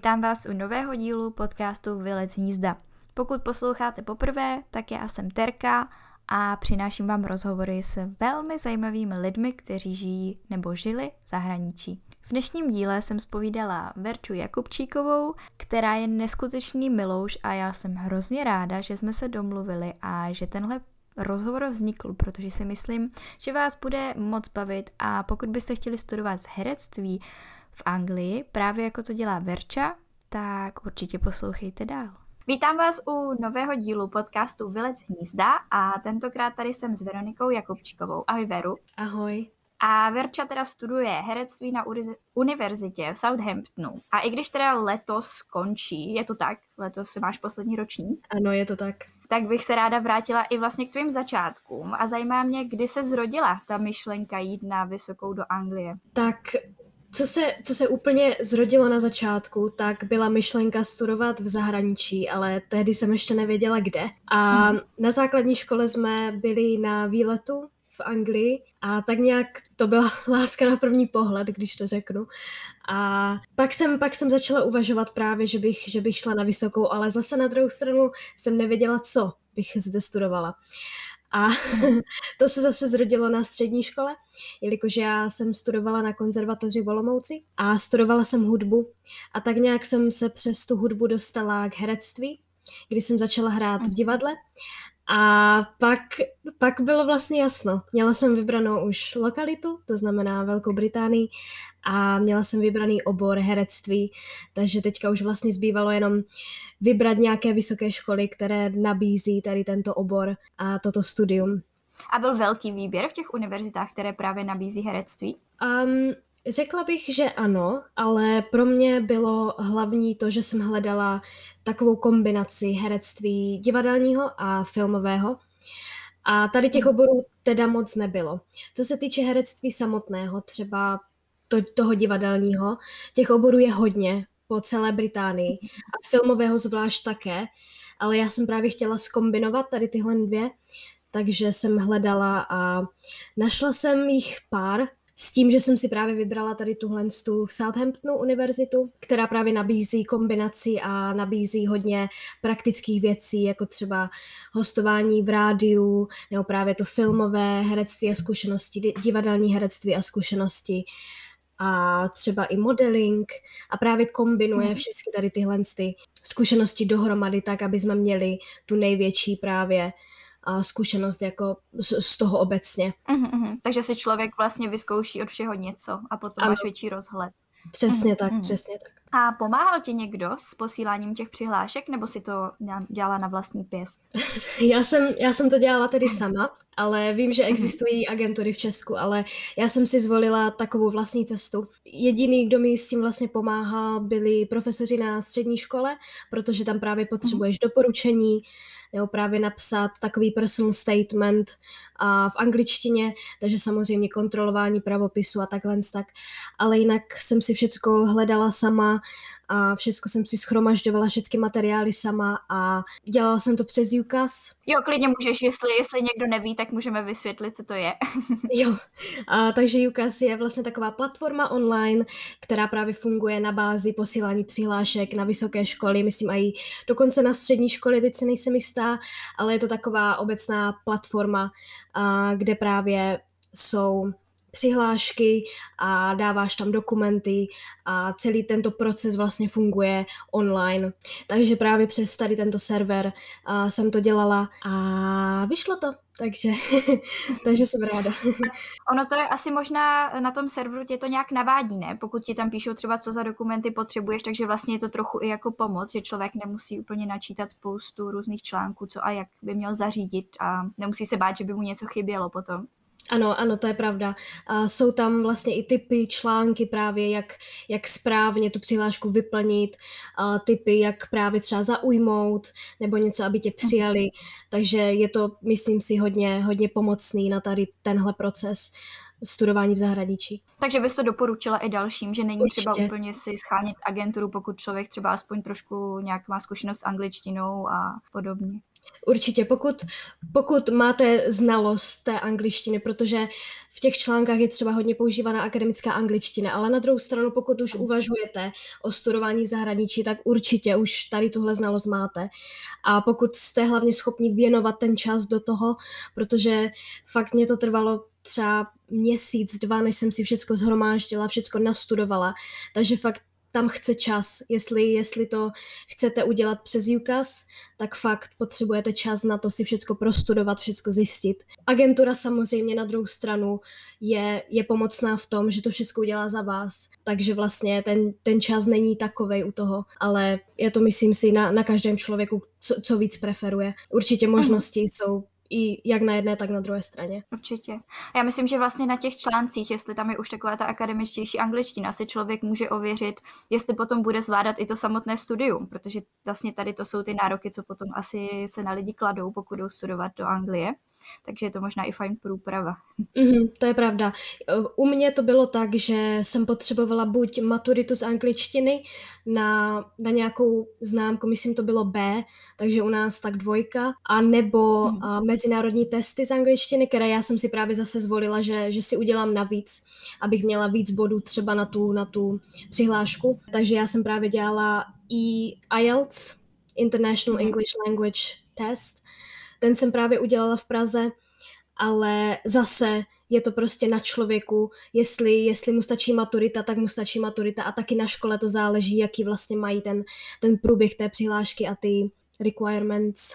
Vítám vás u nového dílu podcastu Vylez z hnízda. Pokud posloucháte poprvé, tak já jsem Terka a přináším vám rozhovory s velmi zajímavými lidmi, kteří žijí nebo žili v zahraničí. V dnešním díle jsem zpovídala Verču Jakubčíkovou, která je neskutečný milouš a já jsem hrozně ráda, že jsme se domluvili a že tenhle rozhovor vznikl, protože si myslím, že vás bude moc bavit a pokud byste chtěli studovat v herectví v Anglii, právě jako to dělá Verča, tak určitě poslouchejte dál. Vítám vás u nového dílu podcastu Vylez z hnízda a tentokrát tady jsem s Veronikou Jakubčíkovou. Ahoj Veru. Ahoj. A Verča teda studuje herectví na univerzitě v Southamptonu. A i když teda letos končí, je to tak? Letos máš poslední ročník? Ano, je to tak. Tak bych se ráda vrátila i vlastně k tvým začátkům a zajímá mě, kdy se zrodila ta myšlenka jít na vysokou do Anglie. Tak co se úplně zrodilo na začátku, tak byla myšlenka studovat v zahraničí, ale tehdy jsem ještě nevěděla kde. A na základní škole jsme byli na výletu v Anglii a tak nějak to byla láska na první pohled, když to řeknu. A pak jsem začala uvažovat právě, že bych šla na vysokou, ale zase na druhou stranu jsem nevěděla, co bych zde studovala. A to se zase zrodilo na střední škole, jelikož já jsem studovala na konzervatoři v Olomouci a studovala jsem hudbu a tak nějak jsem se přes tu hudbu dostala k herectví, kdy jsem začala hrát v divadle a pak bylo vlastně jasno. Měla jsem vybranou už lokalitu, to znamená Velkou Británii a měla jsem vybraný obor herectví, takže teďka už vlastně zbývalo jenom vybrat nějaké vysoké školy, které nabízí tady tento obor a toto studium. A byl velký výběr v těch univerzitách, které právě nabízí herectví? Řekla bych, že ano, ale pro mě bylo hlavní to, že jsem hledala takovou kombinaci herectví divadelního a filmového. A tady těch oborů teda moc nebylo. Co se týče herectví samotného, třeba toho divadelního, těch oborů je hodně po celé Británii a filmového zvlášť také, ale já jsem právě chtěla zkombinovat tady tyhle dvě, takže jsem hledala a našla jsem jich pár, s tím, že jsem si právě vybrala tady tuhle v Southamptonu univerzitu, která právě nabízí kombinaci a nabízí hodně praktických věcí, jako třeba hostování v rádiu, nebo právě to filmové herectví a zkušenosti, divadelní herectví a zkušenosti a třeba i modeling a právě kombinuje všechny tady tyhle zkušenosti dohromady tak, aby jsme měli tu největší právě zkušenost jako z toho obecně. Takže si člověk vlastně vyzkouší od všeho něco a potom máš větší rozhled. Přesně tak, přesně tak. A pomáhal ti někdo s posíláním těch přihlášek, nebo si to dělala na vlastní pěst? Já jsem to dělala tedy sama, ale vím, že existují agentury v Česku, ale já jsem si zvolila takovou vlastní cestu. Jediný, kdo mi s tím vlastně pomáhal, byli profesoři na střední škole, protože tam právě potřebuješ doporučení, nebo právě napsat takový personal statement v angličtině, takže samozřejmě kontrolování pravopisu a takhle tak. Ale jinak jsem si všecko hledala sama a všecko jsem si shromažďovala, všechny materiály sama a dělala jsem to přes UCAS. Jo, klidně můžeš, jestli někdo neví, tak můžeme vysvětlit, co to je. Jo, takže UCAS je vlastně taková platforma online, která právě funguje na bázi posílání přihlášek na vysoké školy, myslím i dokonce na střední školy, teď se nejsem jistá, ale je to taková obecná platforma, kde právě jsou přihlášky a dáváš tam dokumenty a celý tento proces vlastně funguje online. Takže právě přes tady tento server jsem to dělala a vyšlo to. Takže jsem ráda. Ono to je asi možná na tom serveru tě to nějak navádí, ne? Pokud ti tam píšou třeba, co za dokumenty potřebuješ, takže vlastně je to trochu i jako pomoc, že člověk nemusí úplně načítat spoustu různých článků, co a jak by měl zařídit a nemusí se bát, že by mu něco chybělo potom. Ano, to je pravda. Jsou tam vlastně i tipy, články právě, jak správně tu přihlášku vyplnit, tipy, jak právě třeba zaujmout, nebo něco, aby tě přijali. Takže je to, myslím si, hodně pomocný na tady tenhle proces studování v zahraničí. Takže bys to doporučila i dalším, že není třeba úplně si schánět agenturu, pokud člověk třeba aspoň trošku nějak má zkušenost s angličtinou a podobně. Určitě, pokud máte znalost té angličtiny, protože v těch článkách je třeba hodně používaná akademická angličtina, ale na druhou stranu, pokud už uvažujete o studování v zahraničí, tak určitě už tady tuhle znalost máte. A pokud jste hlavně schopni věnovat ten čas do toho, protože fakt mě to trvalo třeba měsíc, 2, než jsem si všecko zhromáždila, všecko nastudovala, takže fakt tam chce čas. Jestli to chcete udělat přes UCAS, tak fakt potřebujete čas na to si všecko prostudovat, všecko zjistit. Agentura samozřejmě na druhou stranu je pomocná v tom, že to všecko udělá za vás. Takže vlastně ten čas není takovej u toho, ale je to, myslím si, na každém člověku, co víc preferuje. Určitě možnosti jsou i jak na jedné, tak na druhé straně. Určitě. Já myslím, že vlastně na těch článcích, jestli tam je už taková ta akademičtější angličtina, si člověk může ověřit, jestli potom bude zvládat i to samotné studium, protože vlastně tady to jsou ty nároky, co potom asi se na lidi kladou, pokud jdou studovat do Anglie. Takže je to možná i fajn průprava. To je pravda. U mě to bylo tak, že jsem potřebovala buď maturitu z angličtiny na nějakou známku, myslím to bylo B, takže u nás tak 2, a nebo mezinárodní testy z angličtiny, které já jsem si právě zase zvolila, že si udělám navíc, abych měla víc bodů třeba na tu přihlášku. Takže já jsem právě dělala i IELTS, International English Language Test. Ten jsem právě udělala v Praze, ale zase je to prostě na člověku, jestli mu stačí maturita, tak mu stačí maturita, a taky na škole to záleží, jaký vlastně mají ten průběh té přihlášky a ty requirements.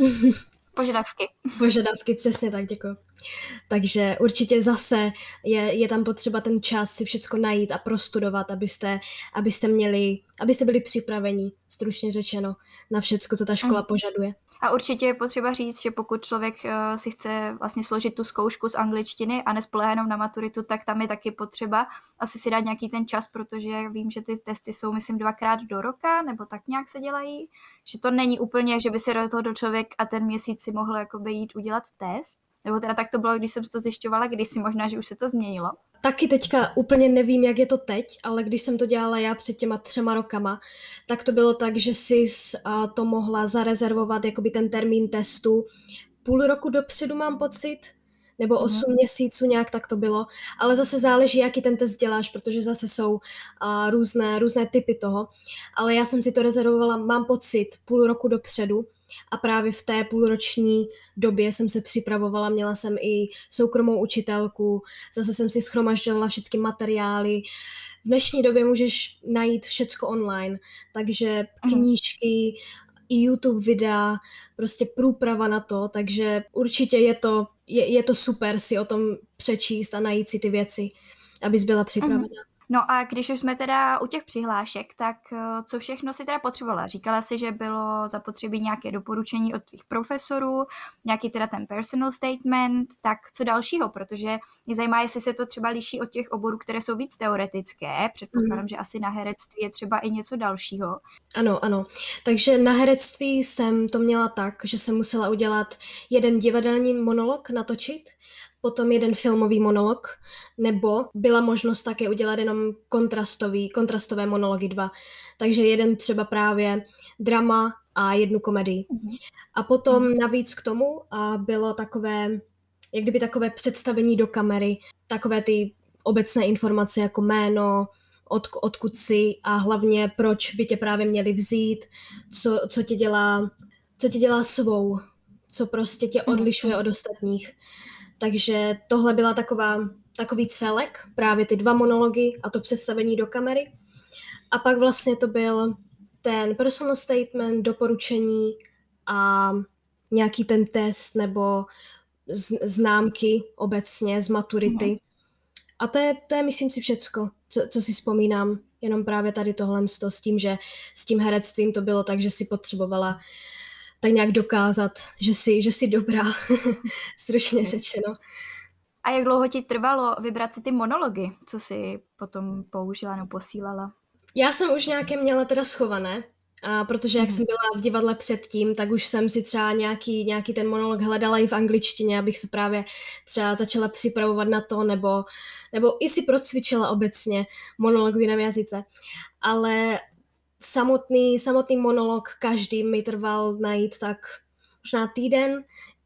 Požadavky, přesně tak, děkuji. Takže určitě zase je tam potřeba ten čas si všecko najít a prostudovat, abyste byli připraveni, stručně řečeno, na všecko, co ta škola požaduje. A určitě je potřeba říct, že pokud člověk si chce vlastně složit tu zkoušku z angličtiny a nespoléhá jenom na maturitu, tak tam je taky potřeba asi si dát nějaký ten čas, protože vím, že ty testy jsou, myslím, 2krát do roka, nebo tak nějak se dělají, že to není úplně, že by se rozhodl člověk a ten měsíc si mohl jakoby jít udělat test. Nebo teda tak to bylo, když jsem to zjišťovala, kdysi, možná, že už se to změnilo. Taky teďka úplně nevím, jak je to teď, ale když jsem to dělala já před těma 3 rokama, tak to bylo tak, že jsi to mohla zarezervovat, jakoby ten termín testu půl roku dopředu, mám pocit, nebo 8 měsíců, nějak tak to bylo. Ale zase záleží, jaký ten test děláš, protože zase jsou různé typy toho. Ale já jsem si to rezervovala, mám pocit, půl roku dopředu. A právě v té půlroční době jsem se připravovala, měla jsem i soukromou učitelku, zase jsem si shromažďovala všechny materiály. V dnešní době můžeš najít všecko online, takže knížky, i YouTube videa, prostě průprava na to, takže určitě je to super si o tom přečíst a najít si ty věci, abys byla připravena. No a když už jsme teda u těch přihlášek, tak co všechno si teda potřebovala? Říkala si, že bylo zapotřebí nějaké doporučení od tvých profesorů, nějaký teda ten personal statement, tak co dalšího? Protože mě zajímá, jestli se to třeba liší od těch oborů, které jsou víc teoretické. Předpokládám, že asi na herectví je třeba i něco dalšího. Ano. Takže na herectví jsem to měla tak, že jsem musela udělat jeden divadelní monolog natočit, potom jeden filmový monolog, nebo byla možnost také udělat jenom kontrastové monology 2. Takže jeden třeba právě drama a 1 komedii. A potom navíc k tomu bylo takové, jak kdyby takové představení do kamery, takové ty obecné informace jako jméno, odkud jsi a hlavně proč by tě právě měli vzít, co tě dělá svou, co prostě tě odlišuje od ostatních. Takže tohle byla takový celek, právě ty 2 monology a to představení do kamery. A pak vlastně to byl ten personal statement, doporučení a nějaký ten test nebo známky obecně z maturity. A to je myslím si všecko, co si vzpomínám. Jenom právě tady tohle s tím, že s tím herectvím to bylo tak, že si potřebovala tak nějak dokázat, že jsi dobrá, stručně řečeno. A jak dlouho ti trvalo vybrat si ty monology, co jsi potom použila nebo posílala? Já jsem už nějaké měla teda schované, protože jak jsem byla v divadle předtím, tak už jsem si třeba nějaký ten monolog hledala i v angličtině, abych se právě třeba začala připravovat na to, nebo i si procvičila obecně monolog v jiném jazyce. Ale samotný monolog každý mi trval najít tak možná týden,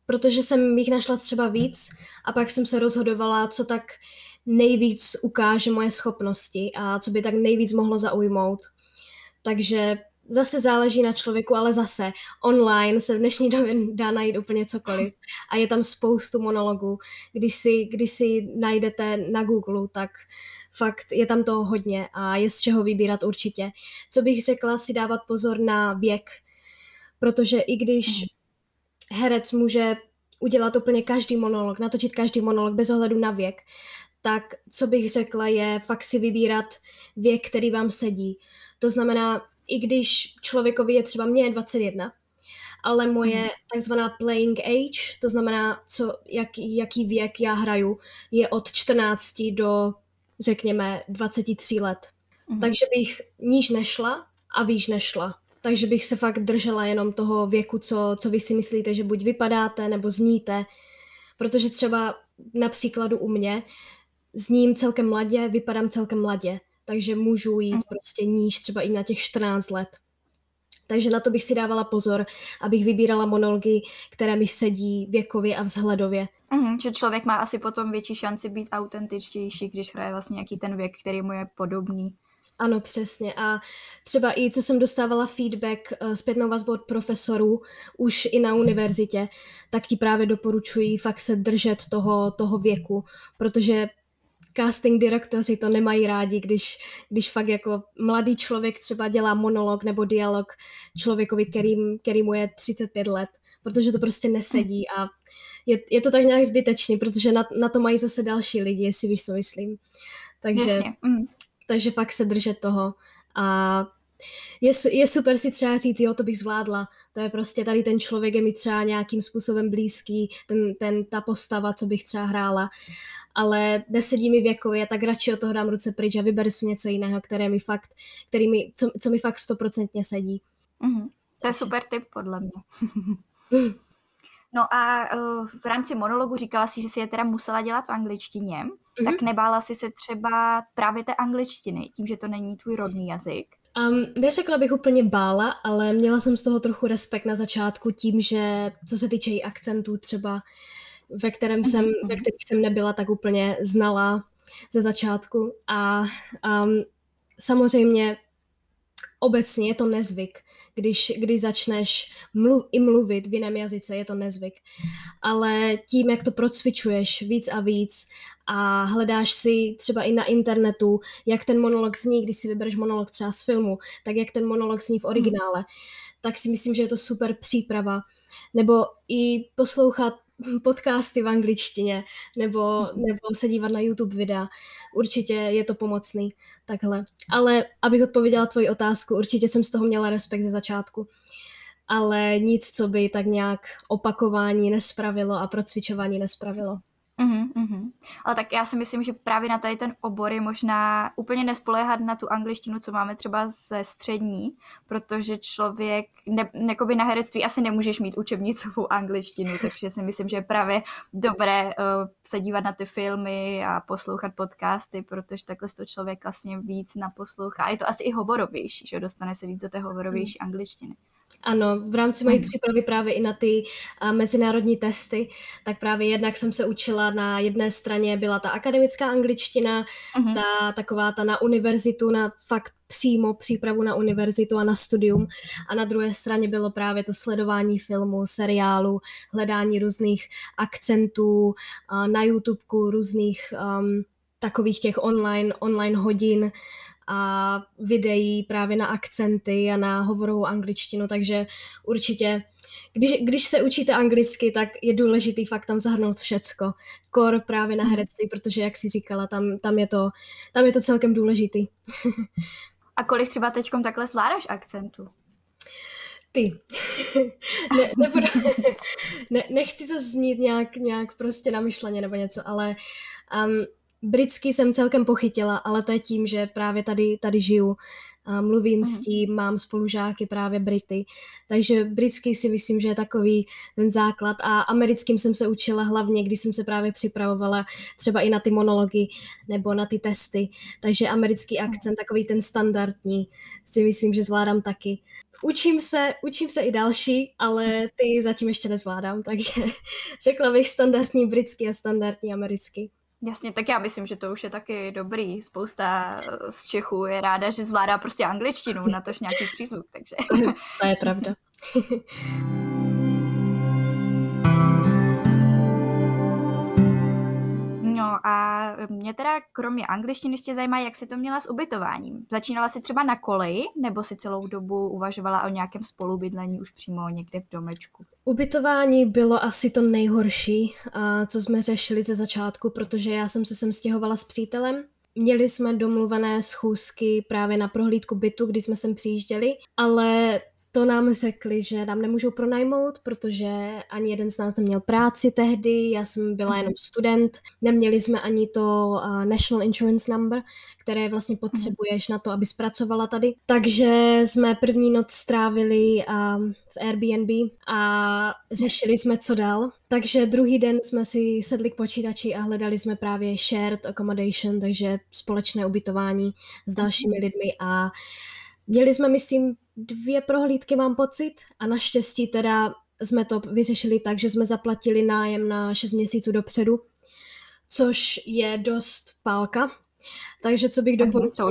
protože jsem jich našla třeba víc a pak jsem se rozhodovala, co tak nejvíc ukáže moje schopnosti a co by tak nejvíc mohlo zaujmout. Takže zase záleží na člověku, ale zase online se v dnešní době dá najít úplně cokoliv. A je tam spoustu monologů. Když si najdete na Google, tak fakt je tam toho hodně a je z čeho vybírat určitě. Co bych řekla, si dávat pozor na věk, protože i když herec může udělat úplně každý monolog, natočit každý monolog bez ohledu na věk, tak co bych řekla je fakt si vybírat věk, který vám sedí. To znamená, i když člověkovi je třeba, mně je 21, ale moje takzvaná playing age, to znamená, jaký věk já hraju, je od 14 do, řekněme, 23 let. Takže bych níž nešla a výš nešla. Takže bych se fakt držela jenom toho věku, co vy si myslíte, že buď vypadáte, nebo zníte. Protože třeba na příkladu u mě zním celkem mladě, vypadám celkem mladě. Takže můžu jít prostě níž třeba i na těch 14 let. Takže na to bych si dávala pozor, abych vybírala monology, které mi sedí věkově a vzhledově. Že člověk má asi potom větší šanci být autentičtější, když hraje vlastně nějaký ten věk, který mu je podobný. Ano, přesně. A třeba i co jsem dostávala feedback, zpětnou vazbu od profesorů, už i na univerzitě, tak ti právě doporučují fakt se držet toho věku, protože casting direktoři to nemají rádi, když fakt jako mladý člověk třeba dělá monolog nebo dialog člověkovi, který mu je 35 let, protože to prostě nesedí a je to tak nějak zbytečný, protože na to mají zase další lidi, jestli víš, co myslím. Takže fakt se držet toho a je super si třeba říct, jo, to bych zvládla, to je prostě tady ten člověk je mi třeba nějakým způsobem blízký, ta postava, co bych třeba hrála, ale nesedí mi věkově, tak radši od toho dám ruce pryč a vyberu si něco jiného, co mi fakt 100% sedí. To je super tip, podle mě. No a v rámci monologu říkala si, že si je teda musela dělat v angličtině, tak nebála si se třeba právě té angličtiny, tím, že to není tvůj rodný jazyk? Neřekla bych úplně bála, ale měla jsem z toho trochu respekt na začátku tím, že co se týče i akcentů třeba, ve kterých jsem nebyla tak úplně znalá ze začátku. A samozřejmě obecně je to nezvyk, když začneš mluvit v jiném jazyce, je to nezvyk. Ale tím, jak to procvičuješ víc a víc a hledáš si třeba i na internetu, jak ten monolog zní, když si vybereš monolog třeba z filmu, tak jak ten monolog zní v originále, tak si myslím, že je to super příprava. Nebo i poslouchat podcasty v angličtině, nebo se dívat na YouTube videa. Určitě je to pomocný, takhle. Ale abych odpověděla tvoji otázku, určitě jsem z toho měla respekt ze začátku. Ale nic, co by tak nějak opakování nespravilo a procvičování nespravilo. Ale tak já si myslím, že právě na tady ten obor je možná úplně nespoléhat na tu angličtinu, co máme třeba ze střední, protože člověk, jakoby na herectví asi nemůžeš mít učebnicovou angličtinu, takže si myslím, že je právě dobré se dívat na ty filmy a poslouchat podcasty, protože takhle to člověk vlastně víc naposlouchá. A je to asi i hovorovější, že dostane se víc do té hovorovější angličtiny. Ano, v rámci mojí přípravy právě i na ty mezinárodní testy, tak právě jednak jsem se učila, na jedné straně byla ta akademická angličtina, ta na univerzitu, na fakt přímo přípravu na univerzitu a na studium, a na druhé straně bylo právě to sledování filmů, seriálu, hledání různých akcentů, na YouTubeku různých takových těch online hodin a videí právě na akcenty a na hovorovou angličtinu, takže určitě, když se učíte anglicky, tak je důležitý fakt tam zahrnout všecko. Kor právě na herectví, protože jak jsi říkala, tam je to celkem důležitý. A kolik třeba teďkom takhle zvládáš akcentu? Nechci se znít nějak prostě namyšleně nebo něco, ale britský jsem celkem pochytila, ale to je tím, že právě tady žiju a mluvím s tím, mám spolužáky právě Brity, takže britský si myslím, že je takový ten základ a americkým jsem se učila hlavně, když jsem se právě připravovala třeba i na ty monology nebo na ty testy, takže americký akcent, takový ten standardní, si myslím, že zvládám taky. Učím se i další, ale ty zatím ještě nezvládám, takže řekla bych standardní britský a standardní americký. Jasně, tak já myslím, že to už je taky dobrý. Spousta z Čechů je ráda, že zvládá prostě angličtinu, natož nějaký přízvuk, takže... To je pravda. No a mě teda kromě angličtiny ještě zajímá, jak jsi to měla s ubytováním. Začínala jsi třeba na koleji, nebo si celou dobu uvažovala o nějakém spolubydlení už přímo někde v domečku? Ubytování bylo asi to nejhorší, co jsme řešili ze začátku, protože já jsem se sem stěhovala s přítelem. Měli jsme domluvené schůzky právě na prohlídku bytu, kdy jsme sem přijížděli, ale to nám řekli, že nám nemůžou pronajmout, protože ani jeden z nás neměl práci tehdy, já jsem byla jenom student, neměli jsme ani to National Insurance Number, které vlastně potřebuješ na to, aby zpracovala tady. Takže jsme první noc strávili v Airbnb a řešili jsme, co dál. Takže druhý den jsme si sedli k počítači a hledali jsme právě shared accommodation, takže společné ubytování s dalšími lidmi a měli jsme, myslím, 2 prohlídky, mám pocit, a naštěstí teda jsme to vyřešili tak, že jsme zaplatili nájem na 6 měsíců dopředu, což je dost pálka. Takže co bych doporučila...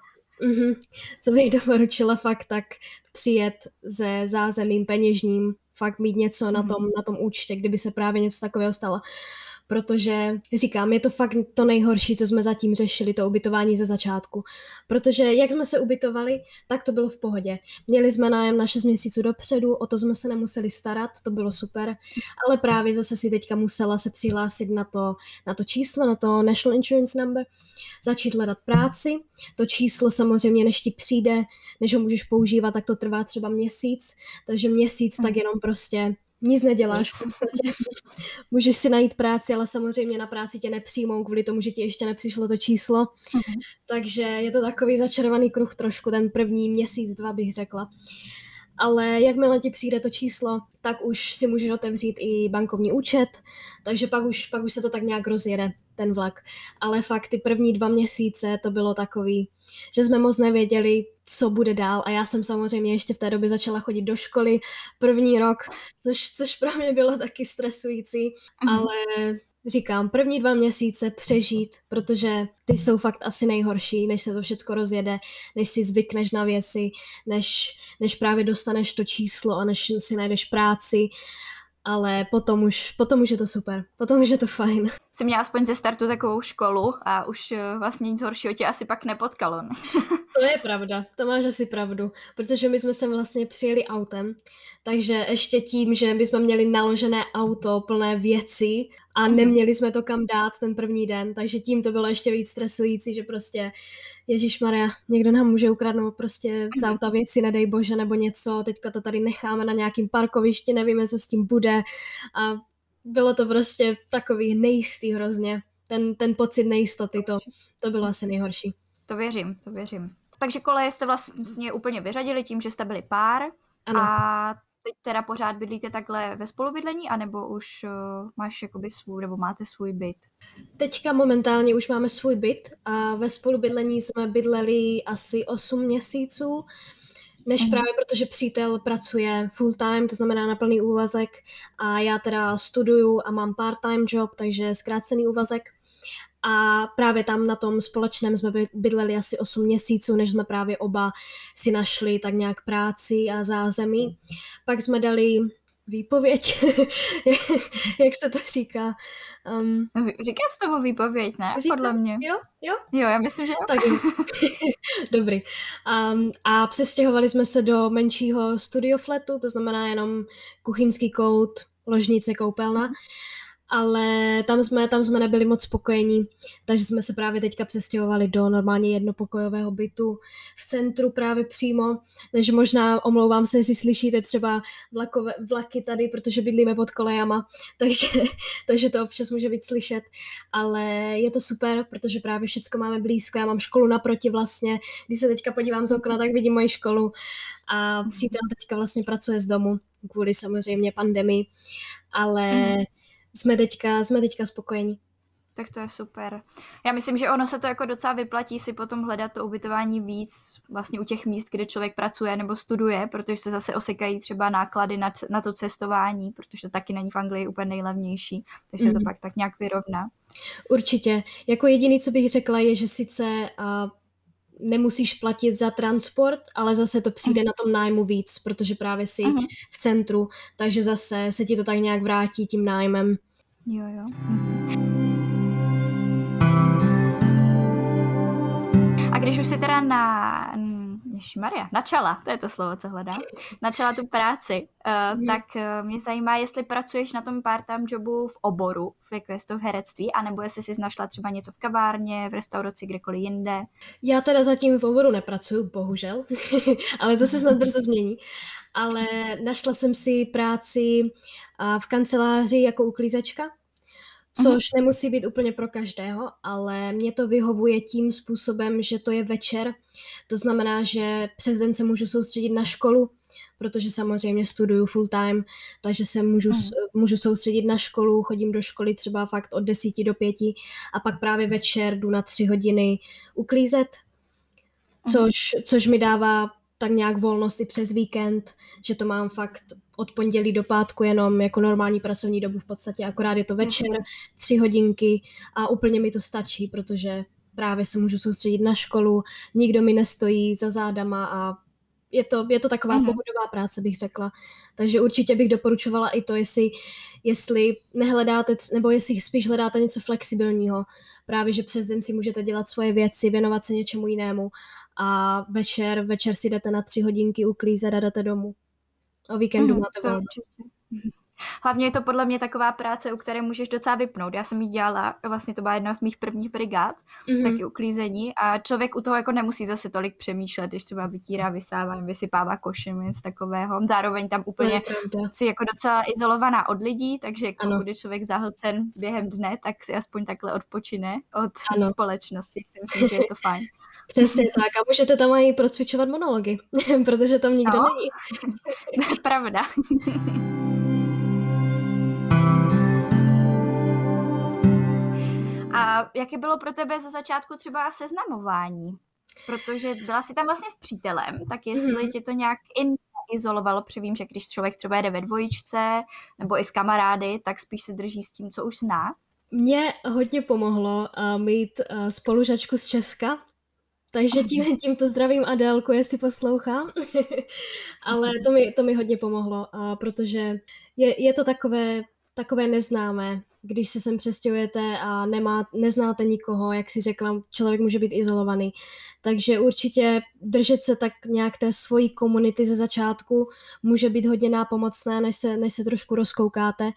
Co bych doporučila fakt, tak přijet se zázemím peněžním, fakt mít něco na tom účtě, kdyby se právě něco takového stalo. Protože, říkám, je to fakt to nejhorší, co jsme zatím řešili, to ubytování ze začátku. Protože jak jsme se ubytovali, tak to bylo v pohodě. Měli jsme nájem na 6 měsíců dopředu, o to jsme se nemuseli starat, to bylo super, ale právě zase si teďka musela se přihlásit na to číslo, na to National Insurance Number, začít hledat práci. To číslo samozřejmě, než ti přijde, než ho můžeš používat, tak to trvá třeba měsíc, takže měsíc tak jenom prostě nic neděláš. Můžeš si najít práci, ale samozřejmě na práci tě nepřijmou kvůli tomu, že ti ještě nepřišlo to číslo. Takže je to takový začarovaný kruh trošku, ten první měsíc, 2 bych řekla. Ale jakmile ti přijde to číslo, tak už si můžeš otevřít i bankovní účet, takže pak už se to tak nějak rozjede, ten vlak. Ale fakt ty první 2 měsíce to bylo takový, že jsme moc nevěděli, co bude dál a já jsem samozřejmě ještě v té době začala chodit do školy první rok, což pro mě bylo taky stresující, ale říkám, první 2 měsíce přežít, protože ty jsou fakt asi nejhorší, než se to všecko rozjede, než si zvykneš na věci, než právě dostaneš to číslo a než si najdeš práci, ale potom už je to super, potom už je to fajn. Jsi měla aspoň ze startu takovou školu a už vlastně nic horšího tě asi pak nepotkalo. Ne? To je pravda, to máš asi pravdu, protože my jsme sem vlastně přijeli autem, takže ještě tím, že my jsme měli naložené auto plné věcí a neměli jsme to kam dát ten první den, takže tím to bylo ještě víc stresující, že prostě ježišmarja, někdo nám může ukradnout prostě z auta věci, nedej bože, nebo něco, teďka to tady necháme na nějakým parkovišti, nevíme, co s tím bude a bylo to prostě takový nejistý hrozně, ten pocit nejistoty, to bylo asi nejhorší. To věřím. Takže koleje jste vlastně úplně vyřadili tím, že jste byli pár. Ano. A teď teda pořád bydlíte takhle ve spolubydlení, anebo už máš jakoby svůj, nebo máte svůj byt? Teďka momentálně už máme svůj byt a ve spolubydlení jsme bydleli asi 8 měsíců, než právě protože přítel pracuje full time, to znamená na plný úvazek a já teda studuju a mám part-time job, takže zkrácený úvazek. A právě tam na tom společném jsme bydleli asi 8 měsíců, než jsme právě oba si našli tak nějak práci a zázemí. Pak jsme dali výpověď, jak se to říká. Říká se tomu výpověď, ne? Podle mě. Jo, já myslím, že jo. Tak jo. Dobrý. A přestěhovali jsme se do menšího studio flatu, to znamená jenom kuchyňský kout, ložnice, koupelna. ale tam jsme nebyli moc spokojení, takže jsme se právě teďka přestěhovali do normálně jednopokojového bytu v centru právě přímo, takže možná omlouvám se, jestli slyšíte třeba vlaky tady, protože bydlíme pod kolejama, takže to občas může být slyšet, ale je to super, protože právě všecko máme blízko, já mám školu naproti vlastně, když se teďka podívám z okna, tak vidím moji školu a přítel teďka vlastně pracuje z domu, kvůli samozřejmě pandemii, ale jsme teďka spokojení. Tak to je super. Já myslím, že ono se to jako docela vyplatí si potom hledat to ubytování víc vlastně u těch míst, kde člověk pracuje nebo studuje, protože se zase osekají třeba náklady na to cestování, protože to taky není v Anglii úplně nejlevnější, takže se to pak tak nějak vyrovná. Určitě. Jako jediný, co bych řekla, je, že sice nemusíš platit za transport, ale zase to přijde na tom nájmu víc, protože právě jsi v centru, takže zase se ti to tak nějak vrátí tím nájmem. Jo. A když už si teda načala, to je to slovo, co hledám, načala tu práci, tak mě zajímá, jestli pracuješ na tom part-time jobu v oboru, jako je to v herectví, anebo jestli jsi našla třeba něco v kavárně, v restauraci, kdekoliv jinde. Já teda zatím v oboru nepracuju, bohužel, ale to se snad brzo změní. Ale našla jsem si práci v kanceláři jako uklízečka, což nemusí být úplně pro každého, ale mě to vyhovuje tím způsobem, že to je večer. To znamená, že přes den se můžu soustředit na školu, protože samozřejmě studuju full time, takže se můžu soustředit na školu, chodím do školy třeba fakt od 10 do 5 a pak právě večer jdu na 3 hodiny uklízet, což mi dává tak nějak volnost i přes víkend, že to mám fakt od pondělí do pátku jenom jako normální pracovní dobu v podstatě, akorát je to večer, 3 hodinky a úplně mi to stačí, protože právě se můžu soustředit na školu, nikdo mi nestojí za zádama a je to taková pohodová práce, bych řekla. Takže určitě bych doporučovala i to, jestli nehledáte, nebo jestli spíš hledáte něco flexibilního. Právě, že přes den si můžete dělat svoje věci, věnovat se něčemu jinému a večer si jdete na 3 hodinky uklízet a jdete domů. O víkendu máte volno. Hlavně je to podle mě taková práce, u které můžeš docela vypnout. Já jsem ji dělala, vlastně to byla jedna z mých prvních brigád, taky uklízení a člověk u toho jako nemusí zase tolik přemýšlet, když třeba vytírá, vysává, vysypává koši, nic takového. Zároveň tam úplně si jako docela izolovaná od lidí, takže jako když člověk zahlcen během dne, tak si aspoň takhle odpočine od společnosti. Si myslím, že je to fajn. Přesně tak. A můžete tam i procvičovat monology, protože tam nikdo není. Pravda. A jaké bylo pro tebe ze začátku třeba seznamování? Protože byla jsi tam vlastně s přítelem, tak jestli tě to nějak izolovalo, protože vím, že když člověk třeba jede ve dvojičce nebo i s kamarády, tak spíš se drží s tím, co už zná. Mně hodně pomohlo mít spolužačku z Česka, takže tímto zdravím Adélku, jestli poslouchá. Ale to mi hodně pomohlo, protože je to takové neznámé, když se sem přestěhujete a neznáte nikoho, jak si řekla, člověk může být izolovaný. Takže určitě držet se tak nějak té svojí komunity ze začátku může být hodně nápomocné, než se trošku rozkoukáte.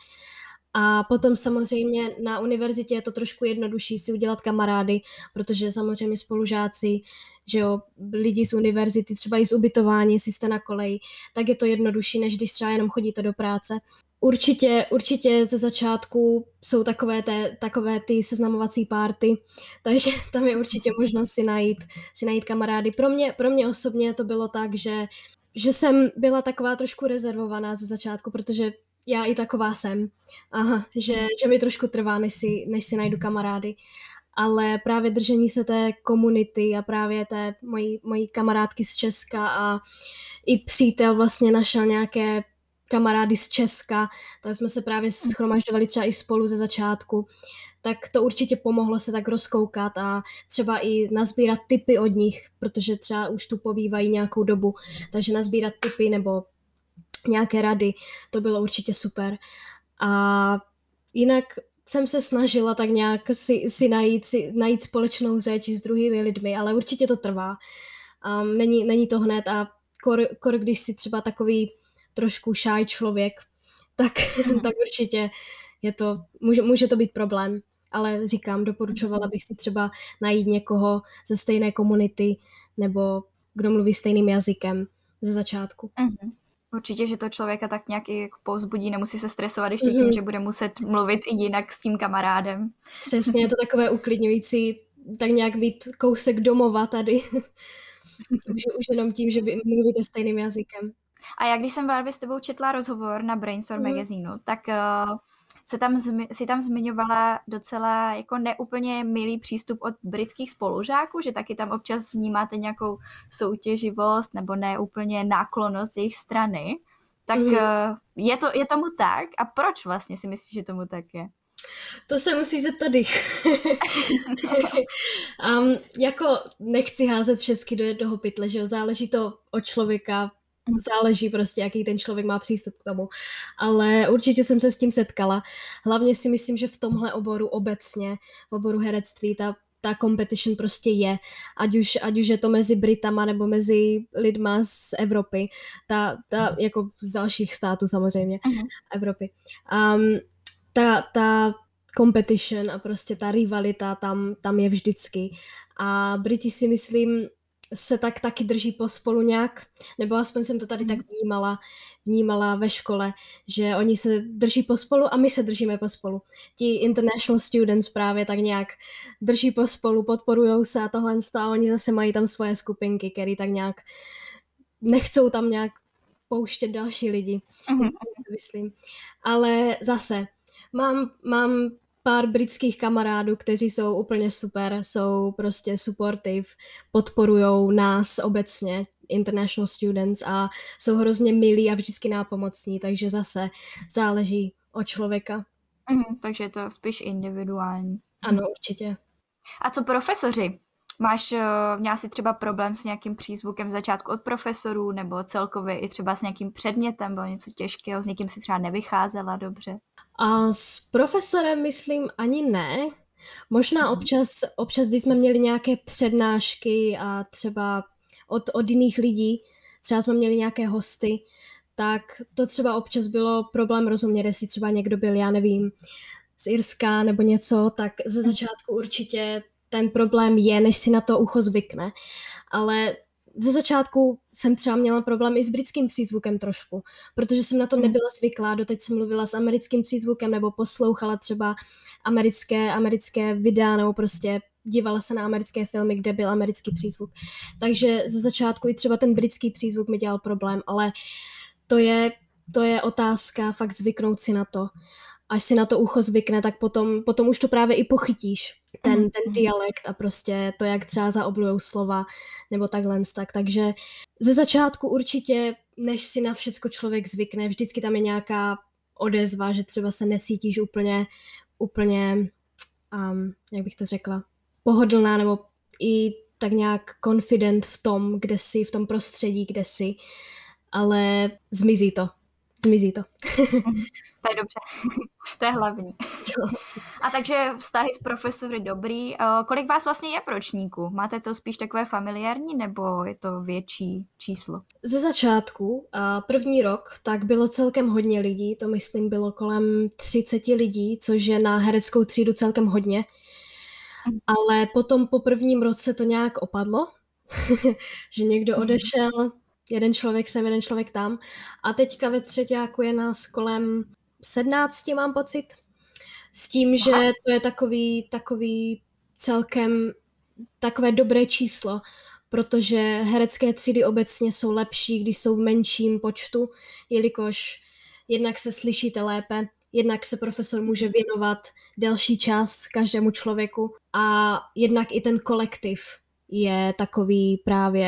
A potom samozřejmě na univerzitě je to trošku jednodušší si udělat kamarády, protože samozřejmě spolužáci, že jo, lidi z univerzity, třeba i z ubytování, jestli jste na koleji, tak je to jednodušší, než když třeba jenom chodíte do práce. Určitě ze začátku jsou takové ty seznamovací party, takže tam je určitě možnost si najít kamarády. Pro mě osobně to bylo tak, že jsem byla taková trošku rezervovaná ze začátku, protože já i taková jsem. Že mi trošku trvá, než si najdu kamarády. Ale právě držení se té komunity a právě té mojí kamarádky z Česka a i přítel vlastně našel nějaké kamarády z Česka, tak jsme se právě shromažďovali třeba i spolu ze začátku, tak to určitě pomohlo se tak rozkoukat a třeba i nazbírat tipy od nich, protože třeba už tu pobývají nějakou dobu, takže nazbírat tipy nebo nějaké rady, to bylo určitě super. A jinak jsem se snažila tak nějak si najít společnou řeč s druhými lidmi, ale určitě to trvá. Není to hned a když si třeba takový trošku shy člověk, tak určitě může to být problém. Ale říkám, doporučovala bych si třeba najít někoho ze stejné komunity nebo kdo mluví stejným jazykem ze začátku. Určitě, že to člověka tak nějak i jako povzbudí, nemusí se stresovat ještě tím, že bude muset mluvit jinak s tím kamarádem. Přesně, je to takové uklidňující, tak nějak být kousek domova tady. už jenom tím, že mluvíte stejným jazykem. A já když jsem právě s tebou četla rozhovor na Brainstorm magazínu, tak si tam zmiňovala docela jako neúplně milý přístup od britských spolužáků, že taky tam občas vnímáte nějakou soutěživost nebo neúplně náklonnost z jejich strany. Tak je tomu tak? A proč vlastně si myslíš, že tomu tak je? To se musíš zeptat jich. Jako nechci házet všechny do jednoho pytle, že jo, záleží to od člověka, záleží prostě, jaký ten člověk má přístup k tomu. Ale určitě jsem se s tím setkala. Hlavně si myslím, že v tomhle oboru obecně, v oboru herectví, ta competition prostě je. Ať už je to mezi Britama nebo mezi lidma z Evropy, jako z dalších států samozřejmě, Evropy. Ta competition a prostě ta rivalita tam je vždycky. A Briti si myslím se tak taky drží pospolu nějak, nebo aspoň jsem to tady tak vnímala ve škole, že oni se drží pospolu a my se držíme pospolu. Ti international students právě tak nějak drží pospolu, podporujou se a tohle a oni zase mají tam svoje skupinky, které tak nějak nechcou tam nějak pouštět další lidi, si myslím. Ale zase mám pár britských kamarádů, kteří jsou úplně super, jsou prostě supportive, podporujou nás obecně, international students a jsou hrozně milí a vždycky nápomocní, takže zase záleží od člověka. Takže je to spíš individuální. Ano, určitě. A co profesoři? Měla jsi třeba problém s nějakým přízvukem v začátku od profesorů nebo celkově i třeba s nějakým předmětem, bylo něco těžkého, s někým si třeba nevycházela dobře? A s profesorem myslím ani ne. Možná občas, když jsme měli nějaké přednášky a třeba od jiných lidí, třeba jsme měli nějaké hosty, tak to třeba občas bylo problém rozumět, jestli třeba někdo byl, já nevím, z Irska nebo něco, tak ze začátku určitě ten problém je, než si na to ucho zvykne. Ale ze začátku jsem třeba měla problém i s britským přízvukem trošku, protože jsem na to nebyla zvyklá, doteď jsem mluvila s americkým přízvukem nebo poslouchala třeba americké videa nebo prostě dívala se na americké filmy, kde byl americký přízvuk. Takže ze začátku i třeba ten britský přízvuk mi dělal problém, ale to je otázka fakt zvyknout si na to. Až si na to ucho zvykne, tak potom už to právě i pochytíš, ten dialekt a prostě to, jak třeba zaoblujou slova nebo takhle. Takže ze začátku určitě, než si na všecko člověk zvykne, vždycky tam je nějaká odezva, že třeba se necítíš úplně jak bych to řekla, pohodlná nebo i tak nějak confident v tom, kde jsi, v tom prostředí, kde jsi, ale zmizí to. To je dobře, to je hlavní. A takže vztahy s profesory dobrý. Kolik vás vlastně je v ročníku? Máte co spíš takové familiární, nebo je to větší číslo? Ze začátku, první rok, tak bylo celkem hodně lidí, to myslím bylo kolem 30 lidí, což je na hereckou třídu celkem hodně. Ale potom po prvním roce to nějak opadlo, že někdo odešel, jeden člověk sem, jeden člověk tam. A teďka ve třetíku je nás kolem 17, mám pocit. S tím, že to je takový celkem takové dobré číslo, protože herecké třídy obecně jsou lepší, když jsou v menším počtu, jelikož jednak se slyšíte lépe, jednak se profesor může věnovat delší čas každému člověku a jednak i ten kolektiv je takový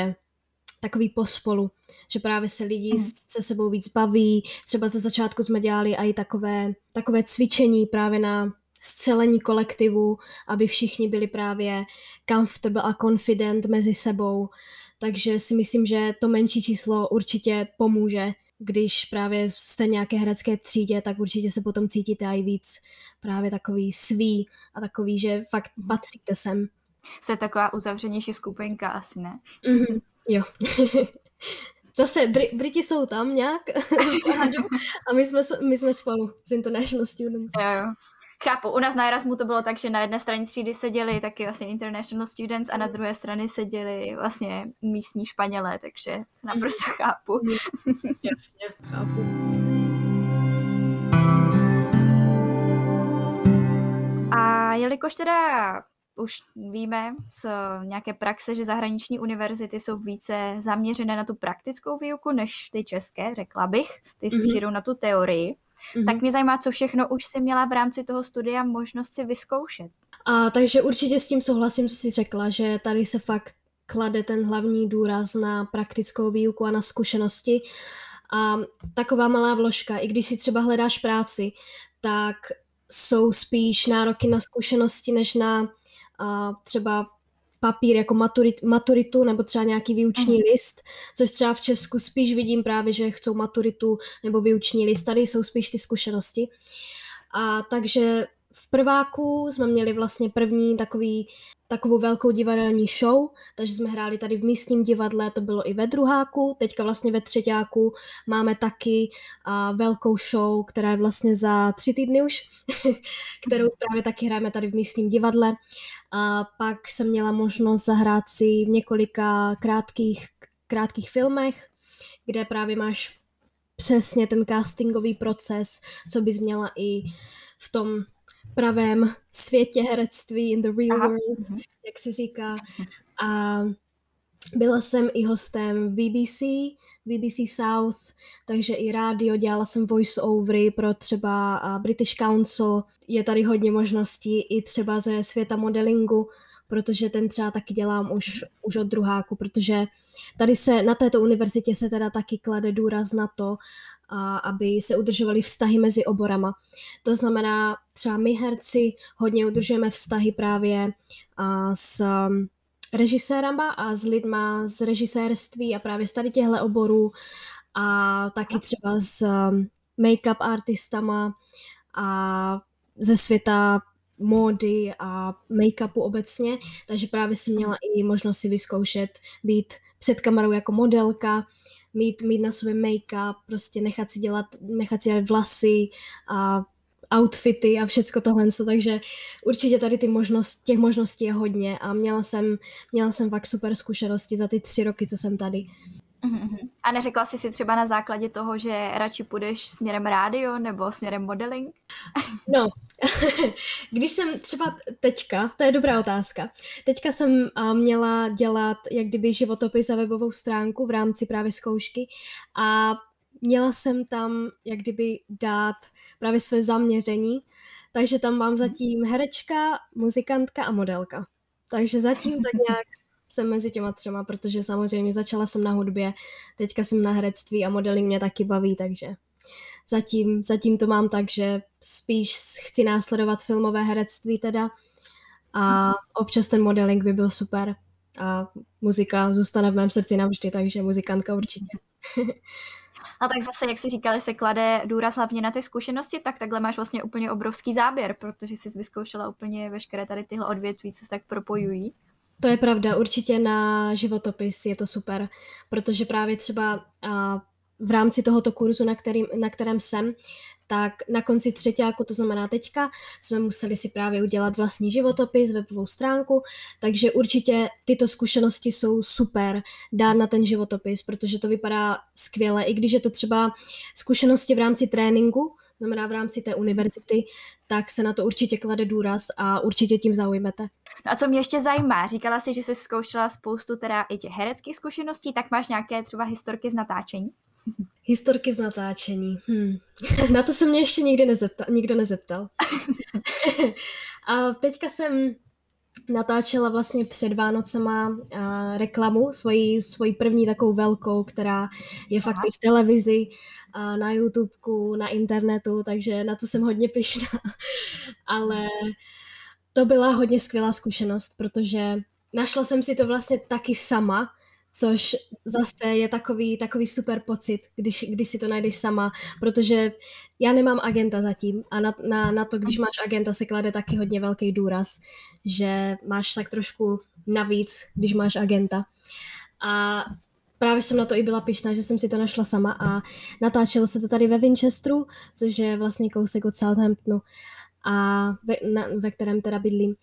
pospolu, že právě se lidi se sebou víc baví. Třeba ze začátku jsme dělali i takové cvičení právě na scelení kolektivu, aby všichni byli právě comfortable a confident mezi sebou. Takže si myslím, že to menší číslo určitě pomůže. Když právě jste nějaké herecké třídě, tak určitě se potom cítíte i víc právě takový svý a takový, že fakt patříte sem. Jste taková uzavřenější skupinka asi, ne? Jo. Zase Briti jsou tam nějak a my jsme spolu z International Students. Jo. Chápu, u nás na Erasmu to bylo tak, že na jedné straně třídy seděli taky vlastně international students a na druhé straně seděli vlastně místní Španělé, takže naprosto chápu. Jasně, chápu. A jelikož teda už víme z nějaké praxe, že zahraniční univerzity jsou více zaměřené na tu praktickou výuku než ty české, řekla bych, ty spíš jdou na tu teorii, tak mě zajímá, co všechno už si měla v rámci toho studia možnost si vyzkoušet. Takže určitě s tím souhlasím, co jsi řekla, že tady se fakt klade ten hlavní důraz na praktickou výuku a na zkušenosti. A taková malá vložka, i když si třeba hledáš práci, tak jsou spíš nároky na zkušenosti, než na třeba papír jako maturitu nebo třeba nějaký výuční list, což třeba v Česku spíš vidím právě, že chcou maturitu nebo výuční list, tady jsou spíš ty zkušenosti. A takže v prváku jsme měli vlastně první takovou velkou divadelní show, takže jsme hráli tady v místním divadle, to bylo i ve druháku, teďka vlastně ve třetíku máme taky velkou show, která je vlastně za 3 týdny už, kterou právě taky hrajeme tady v místním divadle. A pak jsem měla možnost zahrát si v několika krátkých filmech, kde právě máš přesně ten castingový proces, co bys měla i v tom pravém světě herectví, in the real world, jak se říká. A byla jsem i hostem v BBC South, takže i rádio, dělala jsem voice-overy pro třeba British Council. Je tady hodně možností i třeba ze světa modelingu, protože ten třeba taky dělám už od druháku, protože tady na této univerzitě se teda taky klade důraz na to, aby se udržovaly vztahy mezi oborama. To znamená, třeba my herci hodně udržujeme vztahy právě s režisérama a s lidma z režisérství a právě z tady těchto oborů a taky třeba s make-up artistama a ze světa módy a make-upu obecně, takže právě jsem měla i možnost si vyzkoušet být před kamerou jako modelka, mít na sobě make-up, prostě nechat si dělat vlasy a outfity a všecko tohle, takže určitě tady těch možností je hodně a měla jsem fakt super zkušenosti za ty 3 roky, co jsem tady. A neřekla jsi si třeba na základě toho, že radši půjdeš směrem rádio nebo směrem modeling? No, když jsem třeba teďka, to je dobrá otázka, teďka jsem měla dělat jak kdyby životopis a webovou stránku v rámci právě zkoušky a měla jsem tam jak kdyby dát právě své zaměření, takže tam mám zatím herečka, muzikantka a modelka. Takže zatím tak nějak jsem mezi těma 3, protože samozřejmě začala jsem na hudbě, teďka jsem na herectví a modeling mě taky baví, takže zatím to mám tak, že spíš chci následovat filmové herectví teda a občas ten modeling by byl super a muzika zůstane v mém srdci navždy, takže muzikantka určitě. A tak zase, jak jsi říkali, se klade důraz hlavně na ty zkušenosti, tak takhle máš vlastně úplně obrovský záběr, protože jsi vyzkoušela úplně veškeré tady tyhle odvětví, co se tak propojují. To je pravda, určitě na životopis je to super, protože právě třeba v rámci tohoto kurzu, na kterém jsem, tak na konci třetíku, to znamená teďka, jsme museli si právě udělat vlastní životopis, webovou stránku, takže určitě tyto zkušenosti jsou super dát na ten životopis, protože to vypadá skvěle, i když je to třeba zkušenosti v rámci tréninku, znamená v rámci té univerzity, tak se na to určitě klade důraz a určitě tím zaujmete. No a co mě ještě zajímá, říkala jsi, že jsi zkoušela spoustu teda i těch hereckých zkušeností, tak máš nějaké třeba historky z natáčení? Historky z natáčení. Na to se mě ještě nikdo nezeptal. A teďka jsem natáčela vlastně před Vánocema reklamu, svoji první takovou velkou, která je fakt i v televizi, na YouTubeku, na internetu, takže na to jsem hodně pyšná. Ale to byla hodně skvělá zkušenost, protože našla jsem si to vlastně taky sama, což zase je takový super pocit, když si to najdeš sama, protože já nemám agenta zatím a na to, když máš agenta, se klade taky hodně velký důraz, že máš tak trošku navíc, když máš agenta. A právě jsem na to i byla pyšná, že jsem si to našla sama a natáčelo se to tady ve Winchesteru, což je vlastně kousek od Southamptonu, a ve kterém teda bydlím.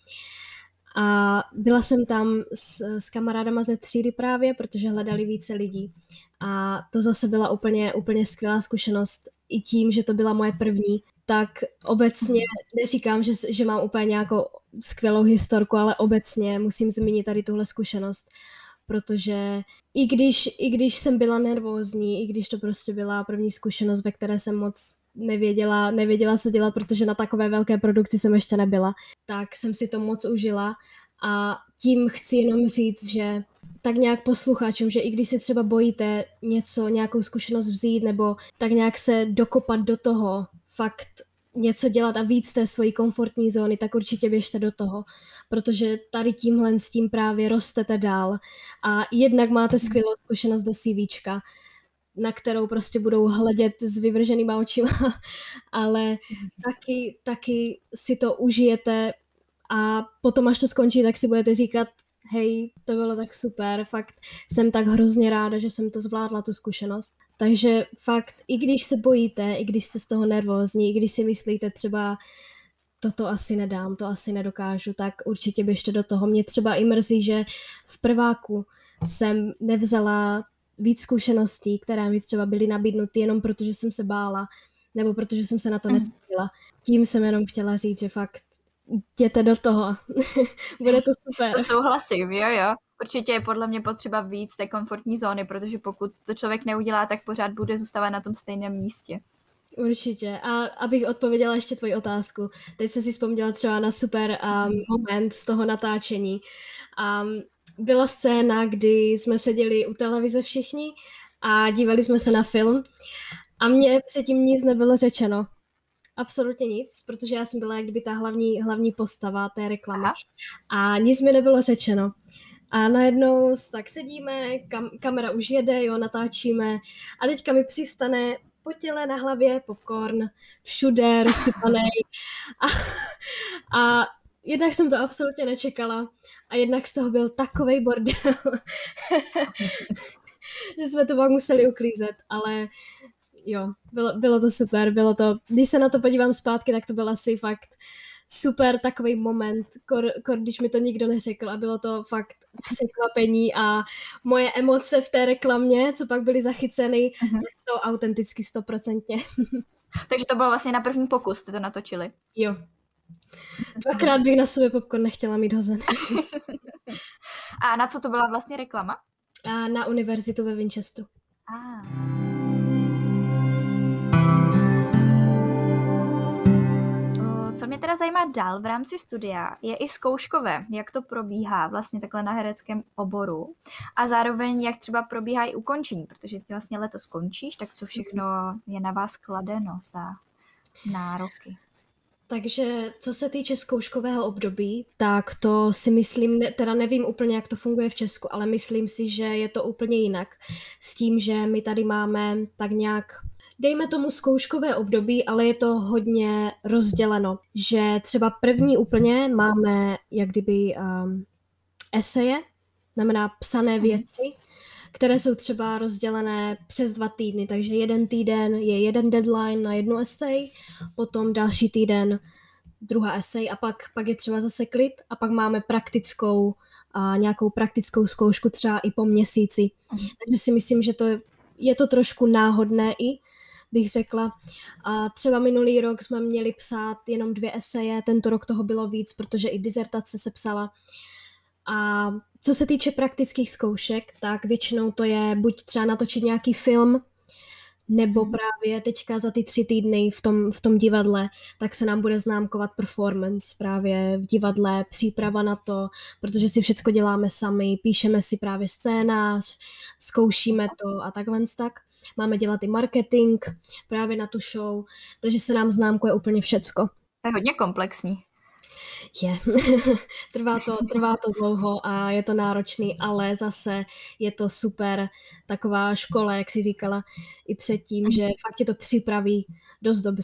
A byla jsem tam s kamarádama ze třídy právě, protože hledali více lidí. A to zase byla úplně skvělá zkušenost. I tím, že to byla moje první, tak obecně neříkám, že mám úplně nějakou skvělou historku, ale obecně musím zmínit tady tuhle zkušenost, protože i když jsem byla nervózní, i když to prostě byla první zkušenost, ve které jsem moc nevěděla, co dělat, protože na takové velké produkci jsem ještě nebyla, tak jsem si to moc užila a tím chci jenom říct, že tak nějak posluchačům, že i když se třeba bojíte nějakou zkušenost vzít nebo tak nějak se dokopat do toho, fakt něco dělat a víc té svojí komfortní zóny, tak určitě běžte do toho, protože tady tímhle s tím právě rostete dál a jednak máte skvělou zkušenost do CVčka, na kterou prostě budou hledět s vyvrženýma očima, ale taky si to užijete a potom, až to skončí, tak si budete říkat, hej, to bylo tak super, fakt jsem tak hrozně ráda, že jsem to zvládla, tu zkušenost. Takže fakt, i když se bojíte, i když jste z toho nervózní, i když si myslíte třeba, toto asi nedám, to asi nedokážu, tak určitě běžte do toho. Mě třeba i mrzí, že v prváku jsem nevzala víc zkušeností, které mi třeba byly nabídnuty jenom protože jsem se bála, nebo protože jsem se na to necítila. Tím jsem jenom chtěla říct, že fakt jděte do toho. Bude to super. To souhlasím, jo. Určitě je podle mě potřeba víc té komfortní zóny, protože pokud to člověk neudělá, tak pořád bude zůstávat na tom stejném místě. Určitě. A abych odpověděla ještě tvoji otázku, teď jsem si vzpomněla třeba na super moment z toho natáčení. Byla scéna, kdy jsme seděli u televize všichni a dívali jsme se na film a mně předtím nic nebylo řečeno. Absolutně nic, protože já jsem byla jak kdyby ta hlavní postava té reklamy. A nic mi nebylo řečeno. A najednou tak sedíme, kamera už jede, jo, natáčíme a teďka mi přistane po těle, na hlavě popcorn, všude rozsypaný. A jednak jsem to absolutně nečekala a jednak z toho byl takovej bordel, že jsme to pak museli uklízet, ale jo, bylo to super, když se na to podívám zpátky, tak to byl asi fakt super takový moment, když mi to nikdo neřekl a bylo to fakt překvapení a moje emoce v té reklamě, co pak byly zachyceny, tak jsou autenticky 100%. Takže to bylo vlastně na první pokus, jste to natočili? Jo. Dvakrát bych na sobě popcorn nechtěla mít hozený. A na co to byla vlastně reklama? Na univerzitu ve Winchesteru. Co mě teda zajímá dál v rámci studia, je i zkouškové, jak to probíhá vlastně takhle na hereckém oboru a zároveň jak třeba probíhá i ukončení, protože ty vlastně letos končíš, tak co všechno je na vás kladeno za nároky? Takže co se týče zkouškového období, tak to si myslím, teda nevím úplně, jak to funguje v Česku, ale myslím si, že je to úplně jinak. S tím, že my tady máme tak nějak, dejme tomu zkouškové období, ale je to hodně rozděleno. Že třeba první úplně máme jak kdyby eseje, znamená psané věci, které jsou třeba rozdělené přes 2 týdny, takže jeden týden je jeden deadline na jednu esej, potom další týden druhá esej a pak je třeba zase klid a pak máme nějakou praktickou zkoušku třeba i po měsíci. Takže si myslím, že je to trošku náhodné i, bych řekla. A třeba minulý rok jsme měli psát jenom 2 eseje, tento rok toho bylo víc, protože i dizertace se psala. A co se týče praktických zkoušek, tak většinou to je buď třeba natočit nějaký film, nebo právě teďka za ty 3 týdny v tom divadle, tak se nám bude známkovat performance právě v divadle, příprava na to, protože si všecko děláme sami, píšeme si právě scénář, zkoušíme to a takhle tak. Máme dělat i marketing právě na tu show, takže se nám známkuje úplně všecko. To je hodně komplexní. Je. Trvá to dlouho a je to náročný, ale zase je to super taková škola, jak jsi říkala i předtím, že fakt tě to připraví dost dobře.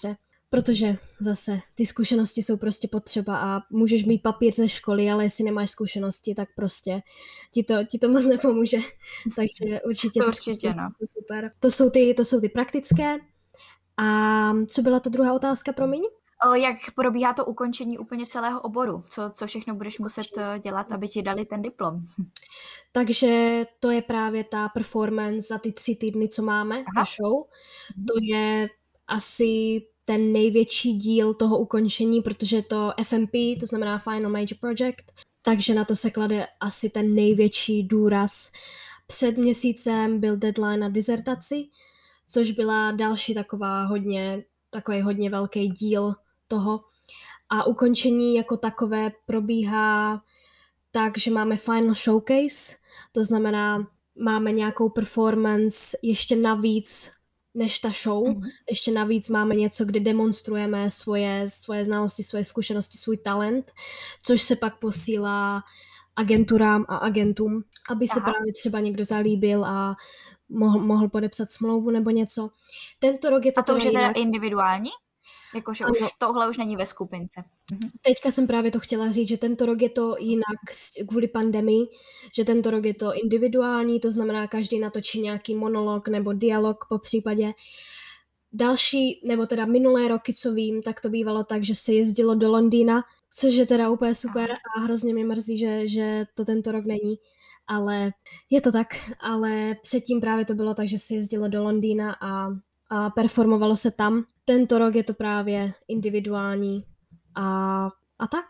Protože zase ty zkušenosti jsou prostě potřeba a můžeš mít papír ze školy, ale jestli nemáš zkušenosti, tak prostě ti to moc nepomůže. Takže určitě To ty určitě, no. zkušenosti jsou super. To jsou ty praktické. A co byla ta druhá otázka, promiň? Jak probíhá to ukončení úplně celého oboru? Co všechno budeš muset dělat, aby ti dali ten diplom? Takže to je právě ta performance za ty 3 týdny, co máme, ta show. To je asi ten největší díl toho ukončení, protože to FMP, to znamená Final Major Project, takže na to se klade asi ten největší důraz. Před měsícem byl deadline na dizertaci, což byla další takový hodně velký díl toho. A ukončení jako takové probíhá tak, že máme final showcase, to znamená, máme nějakou performance ještě navíc než ta show. Ještě navíc máme něco, kde demonstrujeme svoje znalosti, svoje zkušenosti, svůj talent, což se pak posílá agenturám a agentům, aby se právě třeba někdo zalíbil a mohl podepsat smlouvu nebo něco. Tento rok je to a to už je teda jinak. Individuální? Jakože už tohle už není ve skupince. Teďka jsem právě to chtěla říct, že tento rok je to jinak kvůli pandemii, že tento rok je to individuální, to znamená, každý natočí nějaký monolog nebo dialog po případě. Další, nebo teda minulé roky, co vím, tak to bývalo tak, že se jezdilo do Londýna, což je teda úplně super a hrozně mi mrzí, že to tento rok není. Ale je to tak, ale předtím právě to bylo tak, že se jezdilo do Londýna a performovalo se tam. Tento rok je to právě individuální a tak.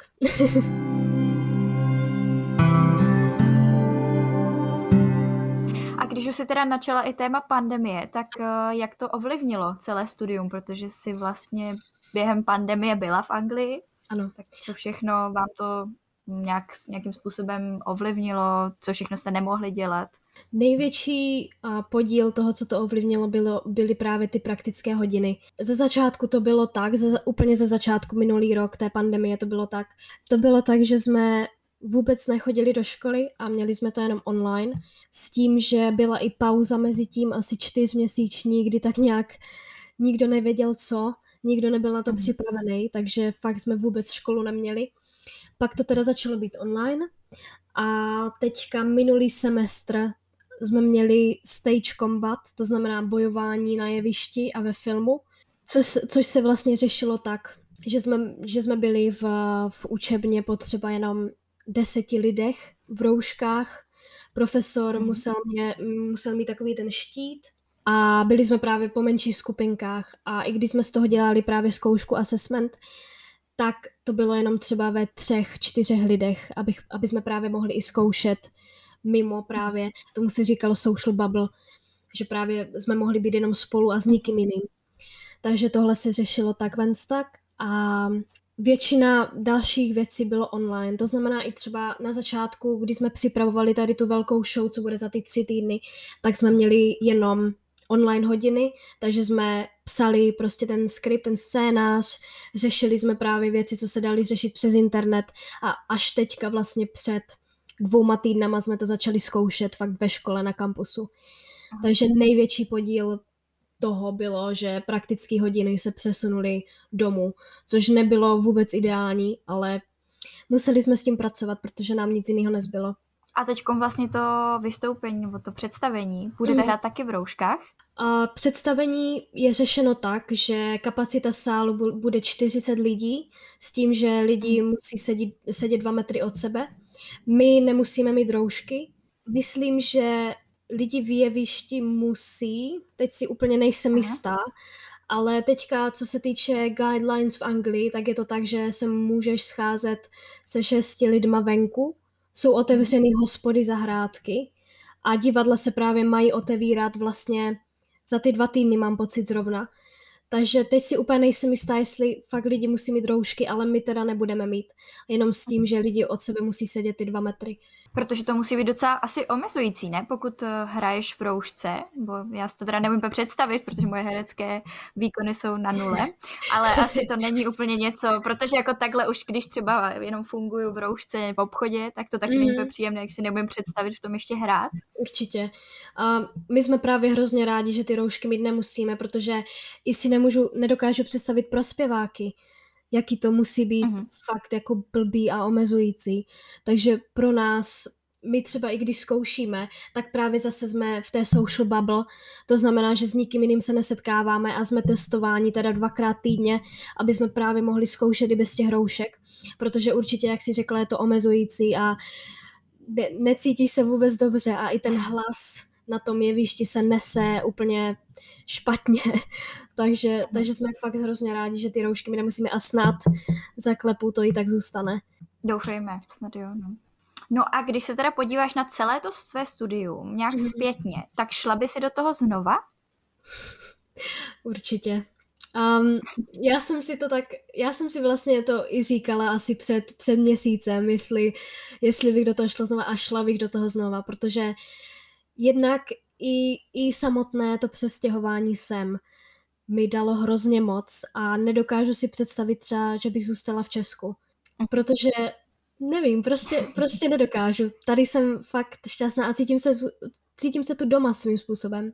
A když už si teda načala i téma pandemie, tak jak to ovlivnilo celé studium, protože si vlastně během pandemie byla v Anglii? Ano. Tak co všechno vám to nějakým způsobem ovlivnilo, co všechno jste nemohli dělat? Největší podíl toho, co to ovlivnilo, byly právě ty praktické hodiny. Ze začátku to bylo tak, úplně ze začátku minulý rok té pandemie to bylo tak. To bylo tak, že jsme vůbec nechodili do školy a měli jsme to jenom online, s tím, že byla i pauza mezi tím asi 4měsíční, kdy tak nějak nikdo nevěděl co, nikdo nebyl na to připravený, takže fakt jsme vůbec školu neměli. Pak to teda začalo být online a teďka minulý semestr jsme měli stage combat, to znamená bojování na jevišti a ve filmu, což se vlastně řešilo tak, že jsme byli v učebně potřeba jenom 10 lidech v rouškách. Profesor musel mít takový ten štít a byli jsme právě po menších skupinkách a i když jsme z toho dělali právě zkoušku assessment, tak to bylo jenom třeba ve 3-4 lidech, aby jsme právě mohli i zkoušet mimo právě, tomu se říkalo social bubble, že právě jsme mohli být jenom spolu a s nikým jiným. Takže tohle se řešilo takhle tak a většina dalších věcí bylo online. To znamená i třeba na začátku, kdy jsme připravovali tady tu velkou show, co bude za ty 3 týdny, tak jsme měli jenom online hodiny, takže jsme psali prostě ten skript, ten scénář, řešili jsme právě věci, co se daly řešit přes internet a až teďka vlastně před 2 týdnama jsme to začali zkoušet fakt ve škole na kampusu. Takže největší podíl toho bylo, že praktické hodiny se přesunuly domů, což nebylo vůbec ideální, ale museli jsme s tím pracovat, protože nám nic jiného nezbylo. A teďkom vlastně to vystoupení nebo to představení budete hrát taky v rouškách? Představení je řešeno tak, že kapacita sálu bude 40 lidí, s tím, že lidi musí sedět 2 metry od sebe. My nemusíme mít roušky. Myslím, že lidi v jevišti musí, teď si úplně nejsem jistá, ale teďka, co se týče guidelines v Anglii, tak je to tak, že se můžeš scházet se 6 lidma venku. Jsou otevřený hospody, zahrádky a divadla se právě mají otevírat vlastně za ty 2 týdny, mám pocit zrovna. Takže teď si úplně nejsem jistá, jestli fakt lidi musí mít roušky, ale my teda nebudeme mít. Jenom s tím, že lidi od sebe musí sedět ty 2 metry. Protože to musí být docela asi omezující, ne? Pokud hraješ v roušce, bo já si to teda nevím představit, protože moje herecké výkony jsou na nule, ale asi to není úplně něco, protože jako takhle už, když třeba jenom funguju v roušce v obchodě, tak to taky není úplně příjemné, jak si neumím představit v tom ještě hrát. Určitě. A my jsme právě hrozně rádi, že ty roušky mít nemusíme, protože i si nedokážu představit pro zpěváky, jaký to musí být fakt jako blbý a omezující. Takže pro nás, my třeba i když zkoušíme, tak právě zase jsme v té social bubble, to znamená, že s nikým jiným se nesetkáváme a jsme testováni teda 2x týdně, aby jsme právě mohli zkoušet i bez těch roušek, protože určitě, jak jsi řekla, je to omezující a necítí se vůbec dobře a i ten hlas na tom jevišti se nese úplně špatně. takže jsme fakt hrozně rádi, že ty roušky my nemusíme a snad za klepu to i tak zůstane. Doufejme, snad jo. No a když se teda podíváš na celé to své studium nějak zpětně, tak šla by si do toho znova? Určitě. Já jsem si vlastně to i říkala asi před měsícem, jestli bych do toho šla znova a šla bych do toho znova, protože jednak i samotné to přestěhování sem mi dalo hrozně moc a nedokážu si představit třeba, že bych zůstala v Česku, protože nevím, prostě nedokážu. Tady jsem fakt šťastná a cítím se tu doma svým způsobem.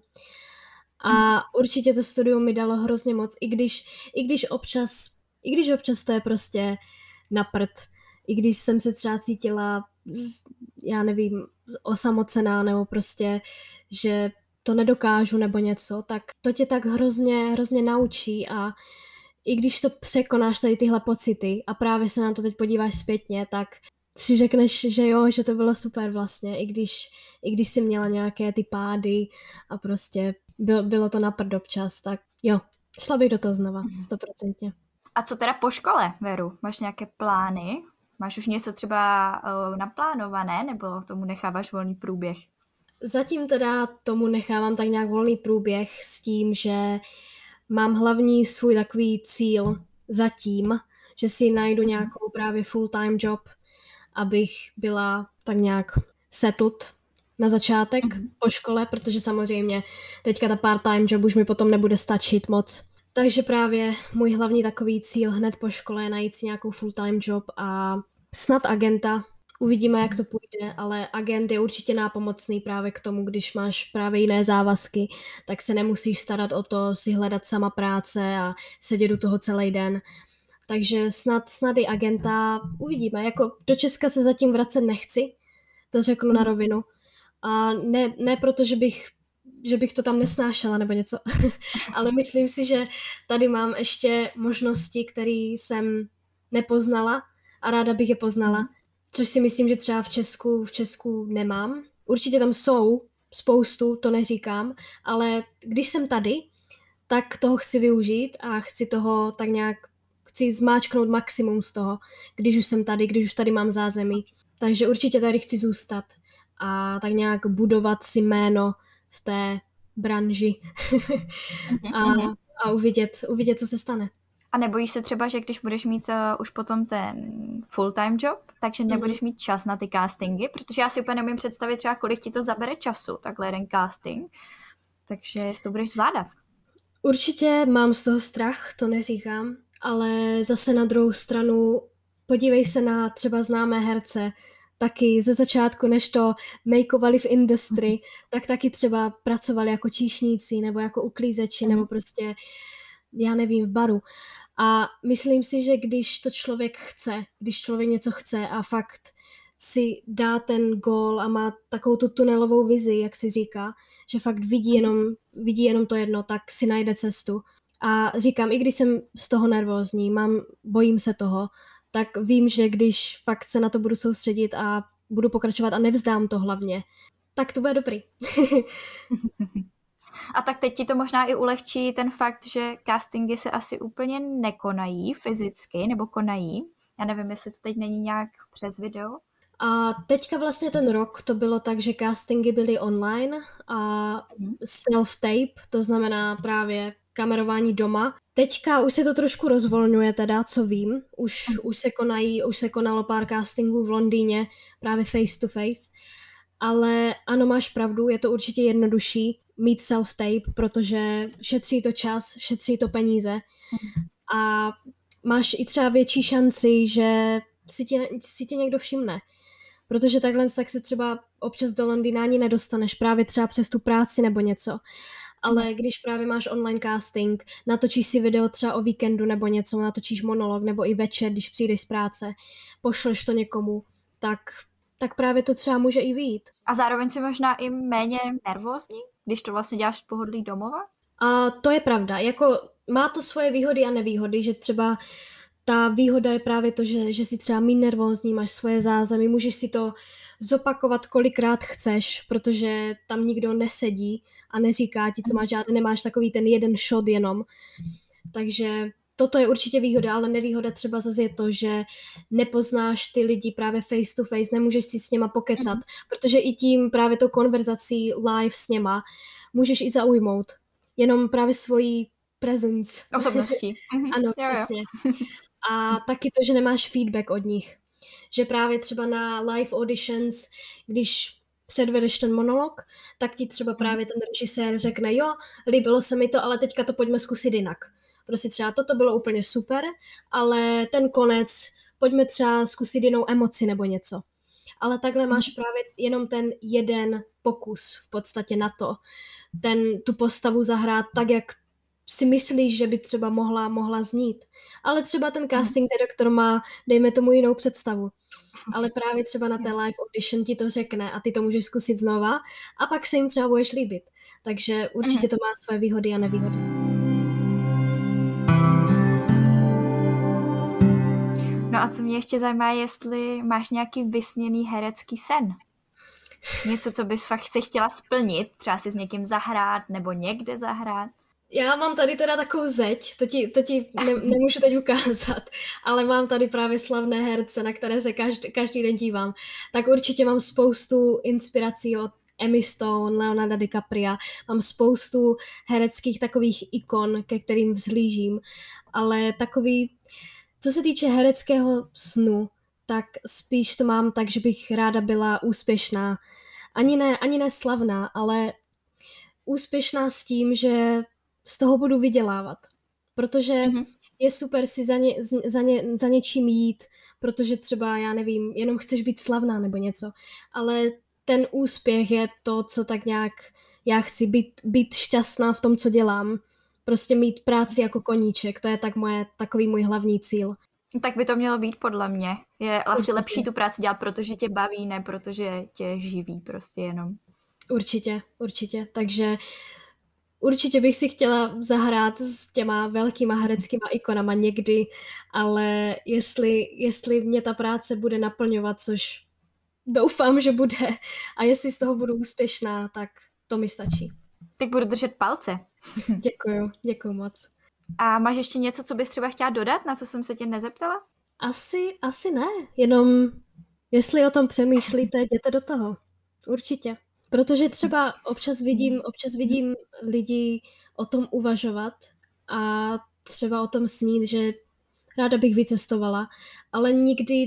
A určitě to studium mi dalo hrozně moc, i když občas to je prostě na prd. I když jsem se třeba cítila, já nevím, osamocená, nebo prostě, že to nedokážu nebo něco, tak to tě tak hrozně naučí a i když to překonáš tady tyhle pocity a právě se na to teď podíváš zpětně, tak si řekneš, že jo, že to bylo super vlastně, i když jsi měla nějaké ty pády a prostě bylo to na prd občas, tak jo, šla bych do toho znova, 100%. A co teda po škole, Veru? Máš nějaké plány? Máš už něco třeba naplánované, nebo tomu necháváš volný průběh? Zatím teda tomu nechávám tak nějak volný průběh s tím, že mám hlavní svůj takový cíl zatím, že si najdu nějakou právě full-time job, abych byla tak nějak settled na začátek po škole, protože samozřejmě teďka ta part-time job už mi potom nebude stačit moc. Takže právě můj hlavní takový cíl hned po škole je najít si nějakou full-time job a snad agenta. Uvidíme, jak to půjde, ale agent je určitě nápomocný právě k tomu, když máš právě jiné závazky, tak se nemusíš starat o to si hledat sama práce a sedět u toho celý den. Takže snad i agenta uvidíme. Jako do Česka se zatím vracet nechci, to řeknu na rovinu. A ne proto, že bych to tam nesnášela nebo něco, ale myslím si, že tady mám ještě možnosti, které jsem nepoznala a ráda bych je poznala, což si myslím, že třeba v Česku nemám. Určitě tam jsou spoustu, to neříkám, ale když jsem tady, tak toho chci využít a chci zmáčknout maximum z toho, když už tady mám zázemí. Takže určitě tady chci zůstat a tak nějak budovat si jméno v té branži a uvidět, co se stane. A nebojíš se třeba, že když budeš mít už potom ten full-time job, takže nebudeš mít čas na ty castingy, protože já si úplně nemůžu představit třeba, kolik ti to zabere času, takhle jeden casting, takže jestli to budeš zvládat. Určitě mám z toho strach, to neříkám, ale zase na druhou stranu podívej se na třeba známé herce, taky ze začátku, než to makeovali v industry, tak taky třeba pracovali jako číšníci nebo jako uklízeči nebo prostě, já nevím, v baru. A myslím si, že když člověk něco chce a fakt si dá ten gól a má takovou tu tunelovou vizi, jak si říká, že fakt vidí jenom to jedno, tak si najde cestu. A říkám, i když jsem z toho nervózní, bojím se toho, tak vím, že když fakt se na to budu soustředit a budu pokračovat a nevzdám to hlavně, tak to bude dobrý. A tak teď ti to možná i ulehčí ten fakt, že castingy se asi úplně nekonají fyzicky, nebo konají. Já nevím, jestli to teď není nějak přes video. A teďka vlastně ten rok to bylo tak, že castingy byly online a self-tape, to znamená právě kamerování doma. Teďka už se to trošku rozvolňuje teda, co vím. Už se konalo pár castingů v Londýně, právě face to face. Ale ano, máš pravdu, je to určitě jednodušší mít self-tape, protože šetří to čas, šetří to peníze a máš i třeba větší šanci, že si tě někdo všimne. Protože takhle tak se třeba občas do Londýna ani nedostaneš, právě třeba přes tu práci nebo něco. Ale když právě máš online casting, natočíš si video třeba o víkendu nebo něco, natočíš monolog nebo i večer, když přijdeš z práce, pošleš to někomu, tak právě to třeba může i vyjít. A zároveň si možná i méně nervózní, když to vlastně děláš z pohodlí domova? A to je pravda. Jako má to svoje výhody a nevýhody, že třeba ta výhoda je právě to, že si třeba méně nervózní, máš svoje zázemí, můžeš si to zopakovat kolikrát chceš, protože tam nikdo nesedí a neříká ti, co máš dělat, nemáš takový ten jeden shot jenom. Takže toto je určitě výhoda, ale nevýhoda třeba zase je to, že nepoznáš ty lidi právě face to face, nemůžeš si s něma pokecat, protože i tím právě tou konverzací live s něma můžeš i zaujmout. Jenom právě svojí presence. Osobností. Ano, přesně. A taky to, že nemáš feedback od nich. Že právě třeba na live auditions, když předvedeš ten monolog, tak ti třeba právě ten režisér řekne, jo, líbilo se mi to, ale teďka to pojďme zkusit jinak. Prostě třeba toto bylo úplně super, ale ten konec, pojďme třeba zkusit jinou emoci nebo něco. Ale takhle máš právě jenom ten jeden pokus v podstatě na to, tu postavu zahrát tak, jak si myslíš, že by třeba mohla znít. Ale třeba ten casting director má, dejme tomu, jinou představu. Ale právě třeba na té live audition ti to řekne a ty to můžeš zkusit znova a pak se jim třeba budeš líbit. Takže určitě to má své výhody a nevýhody. No a co mě ještě zajímá, jestli máš nějaký vysněný herecký sen. Něco, co bys fakt se chtěla splnit, třeba si s někým zahrát nebo někde zahrát. Já mám tady teda takovou zeď, to ti nemůžu teď ukázat, ale mám tady právě slavné herce, na které se každý den dívám. Tak určitě mám spoustu inspirací od Emmy Stone, Leonarda DiCapria, mám spoustu hereckých takových ikon, ke kterým vzhlížím, ale takový, co se týče hereckého snu, tak spíš to mám tak, že bych ráda byla úspěšná. Ani ne slavná, ale úspěšná s tím, že z toho budu vydělávat. Protože je super si za něčím jít, protože třeba, já nevím, jenom chceš být slavná nebo něco. Ale ten úspěch je to, co tak nějak já chci být šťastná v tom, co dělám. Prostě mít práci jako koníček, to je takový můj hlavní cíl. Tak by to mělo být podle mě. Je asi lepší tu práci dělat, protože tě baví, ne protože tě živí prostě jenom. Určitě. Takže určitě bych si chtěla zahrát s těma velkýma hereckýma ikonama někdy, ale jestli mě ta práce bude naplňovat, což doufám, že bude, a jestli z toho budu úspěšná, tak to mi stačí. Tak budu držet palce. Děkuju moc. A máš ještě něco, co bys třeba chtěla dodat, na co jsem se tě nezeptala? Asi ne, jenom jestli o tom přemýšlíte, jděte do toho. Určitě. Protože třeba občas vidím lidi o tom uvažovat a třeba o tom snít, že ráda bych vycestovala, ale nikdy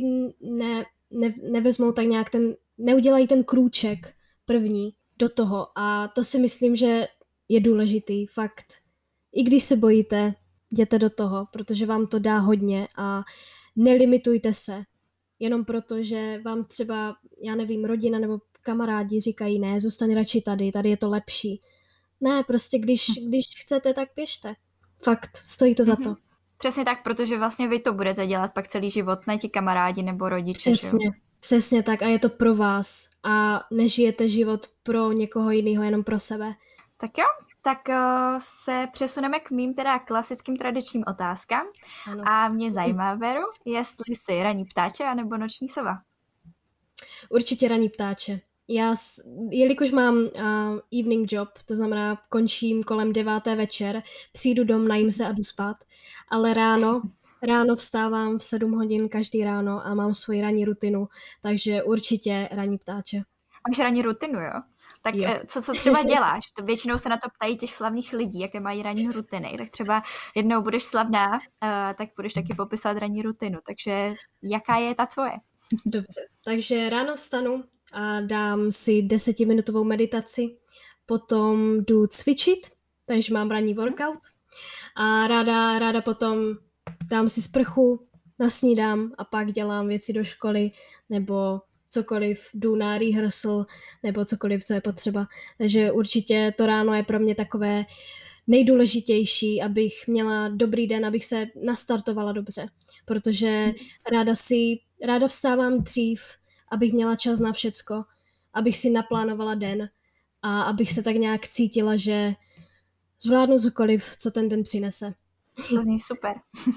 nevezmou tak nějak neudělají ten krůček první do toho a to si myslím, že je důležitý, fakt. I když se bojíte, jděte do toho, protože vám to dá hodně a nelimitujte se. Jenom proto, že vám třeba, já nevím, rodina nebo kamarádi říkají, ne, zůstaň radši tady je to lepší. Ne, prostě když chcete, tak běžte. Fakt, stojí to za to. Přesně tak, protože vlastně vy to budete dělat pak celý život, ne ti kamarádi nebo rodiče. Přesně tak a je to pro vás a nežijete život pro někoho jiného, jenom pro sebe. Tak jo, tak se přesuneme k mým teda klasickým tradičním otázkám. Ano. A mě zajímá, Veru, jestli jsi ranní ptáče anebo noční sova. Určitě ranní ptáče. Jelikož mám evening job, to znamená končím kolem 9. večer, přijdu dom, najím se a jdu spát, ale ráno vstávám v 7 hodin každý ráno a mám svoji ranní rutinu, takže určitě ranní ptáče. Máš ranní rutinu, jo? Tak co třeba děláš? To většinou se na to ptají těch slavných lidí, jaké mají ranní rutiny. Tak třeba jednou budeš slavná, tak budeš taky popisovat ranní rutinu. Takže jaká je ta tvoje? Dobře, takže ráno vstanu a dám si 10minutovou meditaci, potom jdu cvičit, takže mám ranní workout a ráda potom dám si sprchu, nasnídám a pak dělám věci do školy nebo cokoliv, jdu na rehearsal nebo cokoliv, co je potřeba. Takže určitě to ráno je pro mě takové nejdůležitější, abych měla dobrý den, abych se nastartovala dobře, protože ráda vstávám dřív, abych měla čas na všecko, abych si naplánovala den a abych se tak nějak cítila, že zvládnu cokoliv, co ten den přinese. To zní super.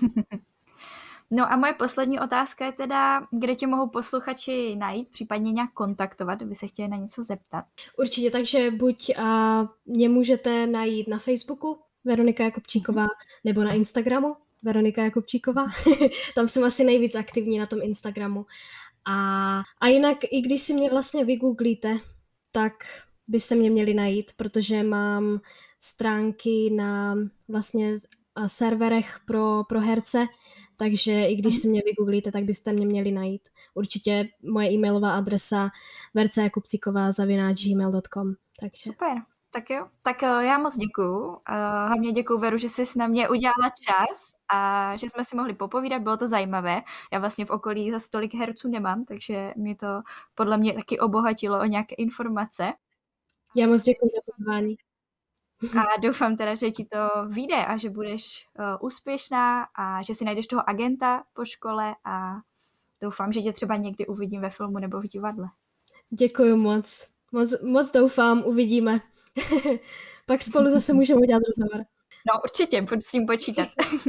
No a moje poslední otázka je teda, kde tě mohou posluchači najít, případně nějak kontaktovat, kdyby se chtěli na něco zeptat. Určitě, takže buď mě můžete najít na Facebooku Veronika Jakubčíková, nebo na Instagramu Veronika Jakubčíková. Tam jsem asi nejvíc aktivní na tom Instagramu. A jinak, i když si mě vlastně vygooglíte, tak byste mě měli najít, protože mám stránky na vlastně serverech pro herce, takže i když si mě vygooglíte, tak byste mě měli najít. Určitě moje e-mailová adresa vercajakubcikova@gmail.com. Takže. Super, tak jo. Tak já moc děkuju. Hlavně děkuju, Veru, že jsi na mě udělala čas a že jsme si mohli popovídat, bylo to zajímavé. Já vlastně v okolí zase tolik herců nemám, takže mě to podle mě taky obohatilo o nějaké informace. Já moc děkuji za pozvání. A doufám teda, že ti to vyjde a že budeš úspěšná a že si najdeš toho agenta po škole a doufám, že tě třeba někdy uvidím ve filmu nebo v divadle. Děkuji moc. Moc doufám, uvidíme. Pak spolu zase můžeme udělat rozhovor. No určitě, budu s tím počítat.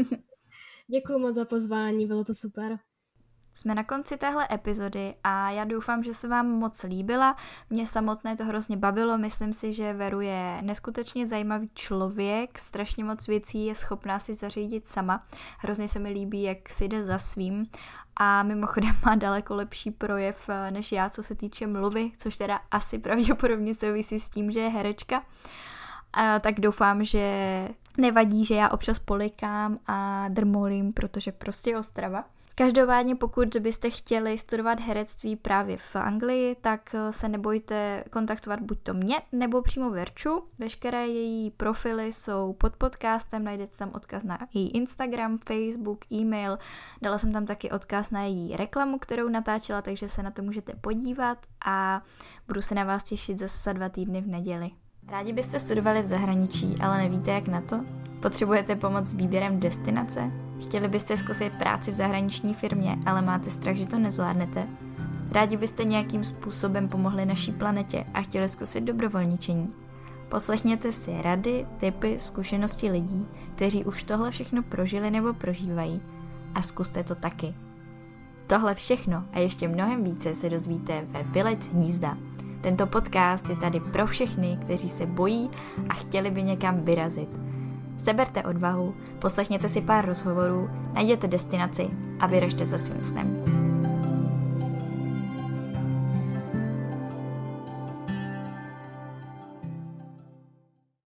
Děkuji moc za pozvání, bylo to super. Jsme na konci téhle epizody a já doufám, že se vám moc líbila. Mě samotné to hrozně bavilo, myslím si, že Veru je neskutečně zajímavý člověk, strašně moc věcí je schopná si zařídit sama. Hrozně se mi líbí, jak si jde za svým a mimochodem má daleko lepší projev než já, co se týče mluvy, což teda asi pravděpodobně souvisí s tím, že je herečka. Tak doufám, že nevadí, že já občas polikám a drmolím, protože prostě je Ostrava. Každopádně pokud byste chtěli studovat herectví právě v Anglii, tak se nebojte kontaktovat buď to mě, nebo přímo Verču. Veškeré její profily jsou pod podcastem, najdete tam odkaz na její Instagram, Facebook, e-mail. Dala jsem tam taky odkaz na její reklamu, kterou natáčela, takže se na to můžete podívat a budu se na vás těšit zase za 2 týdny v neděli. Rádi byste studovali v zahraničí, ale nevíte jak na to? Potřebujete pomoc s výběrem destinace? Chtěli byste zkusit práci v zahraniční firmě, ale máte strach, že to nezvládnete? Rádi byste nějakým způsobem pomohli naší planetě a chtěli zkusit dobrovolničení? Poslechněte si rady, tipy, zkušenosti lidí, kteří už tohle všechno prožili nebo prožívají a zkuste to taky. Tohle všechno a ještě mnohem více se dozvíte ve Vylec hnízda. Tento podcast je tady pro všechny, kteří se bojí a chtěli by někam vyrazit. Seberte odvahu, poslechněte si pár rozhovorů, najděte destinaci a vyražte za svým snem.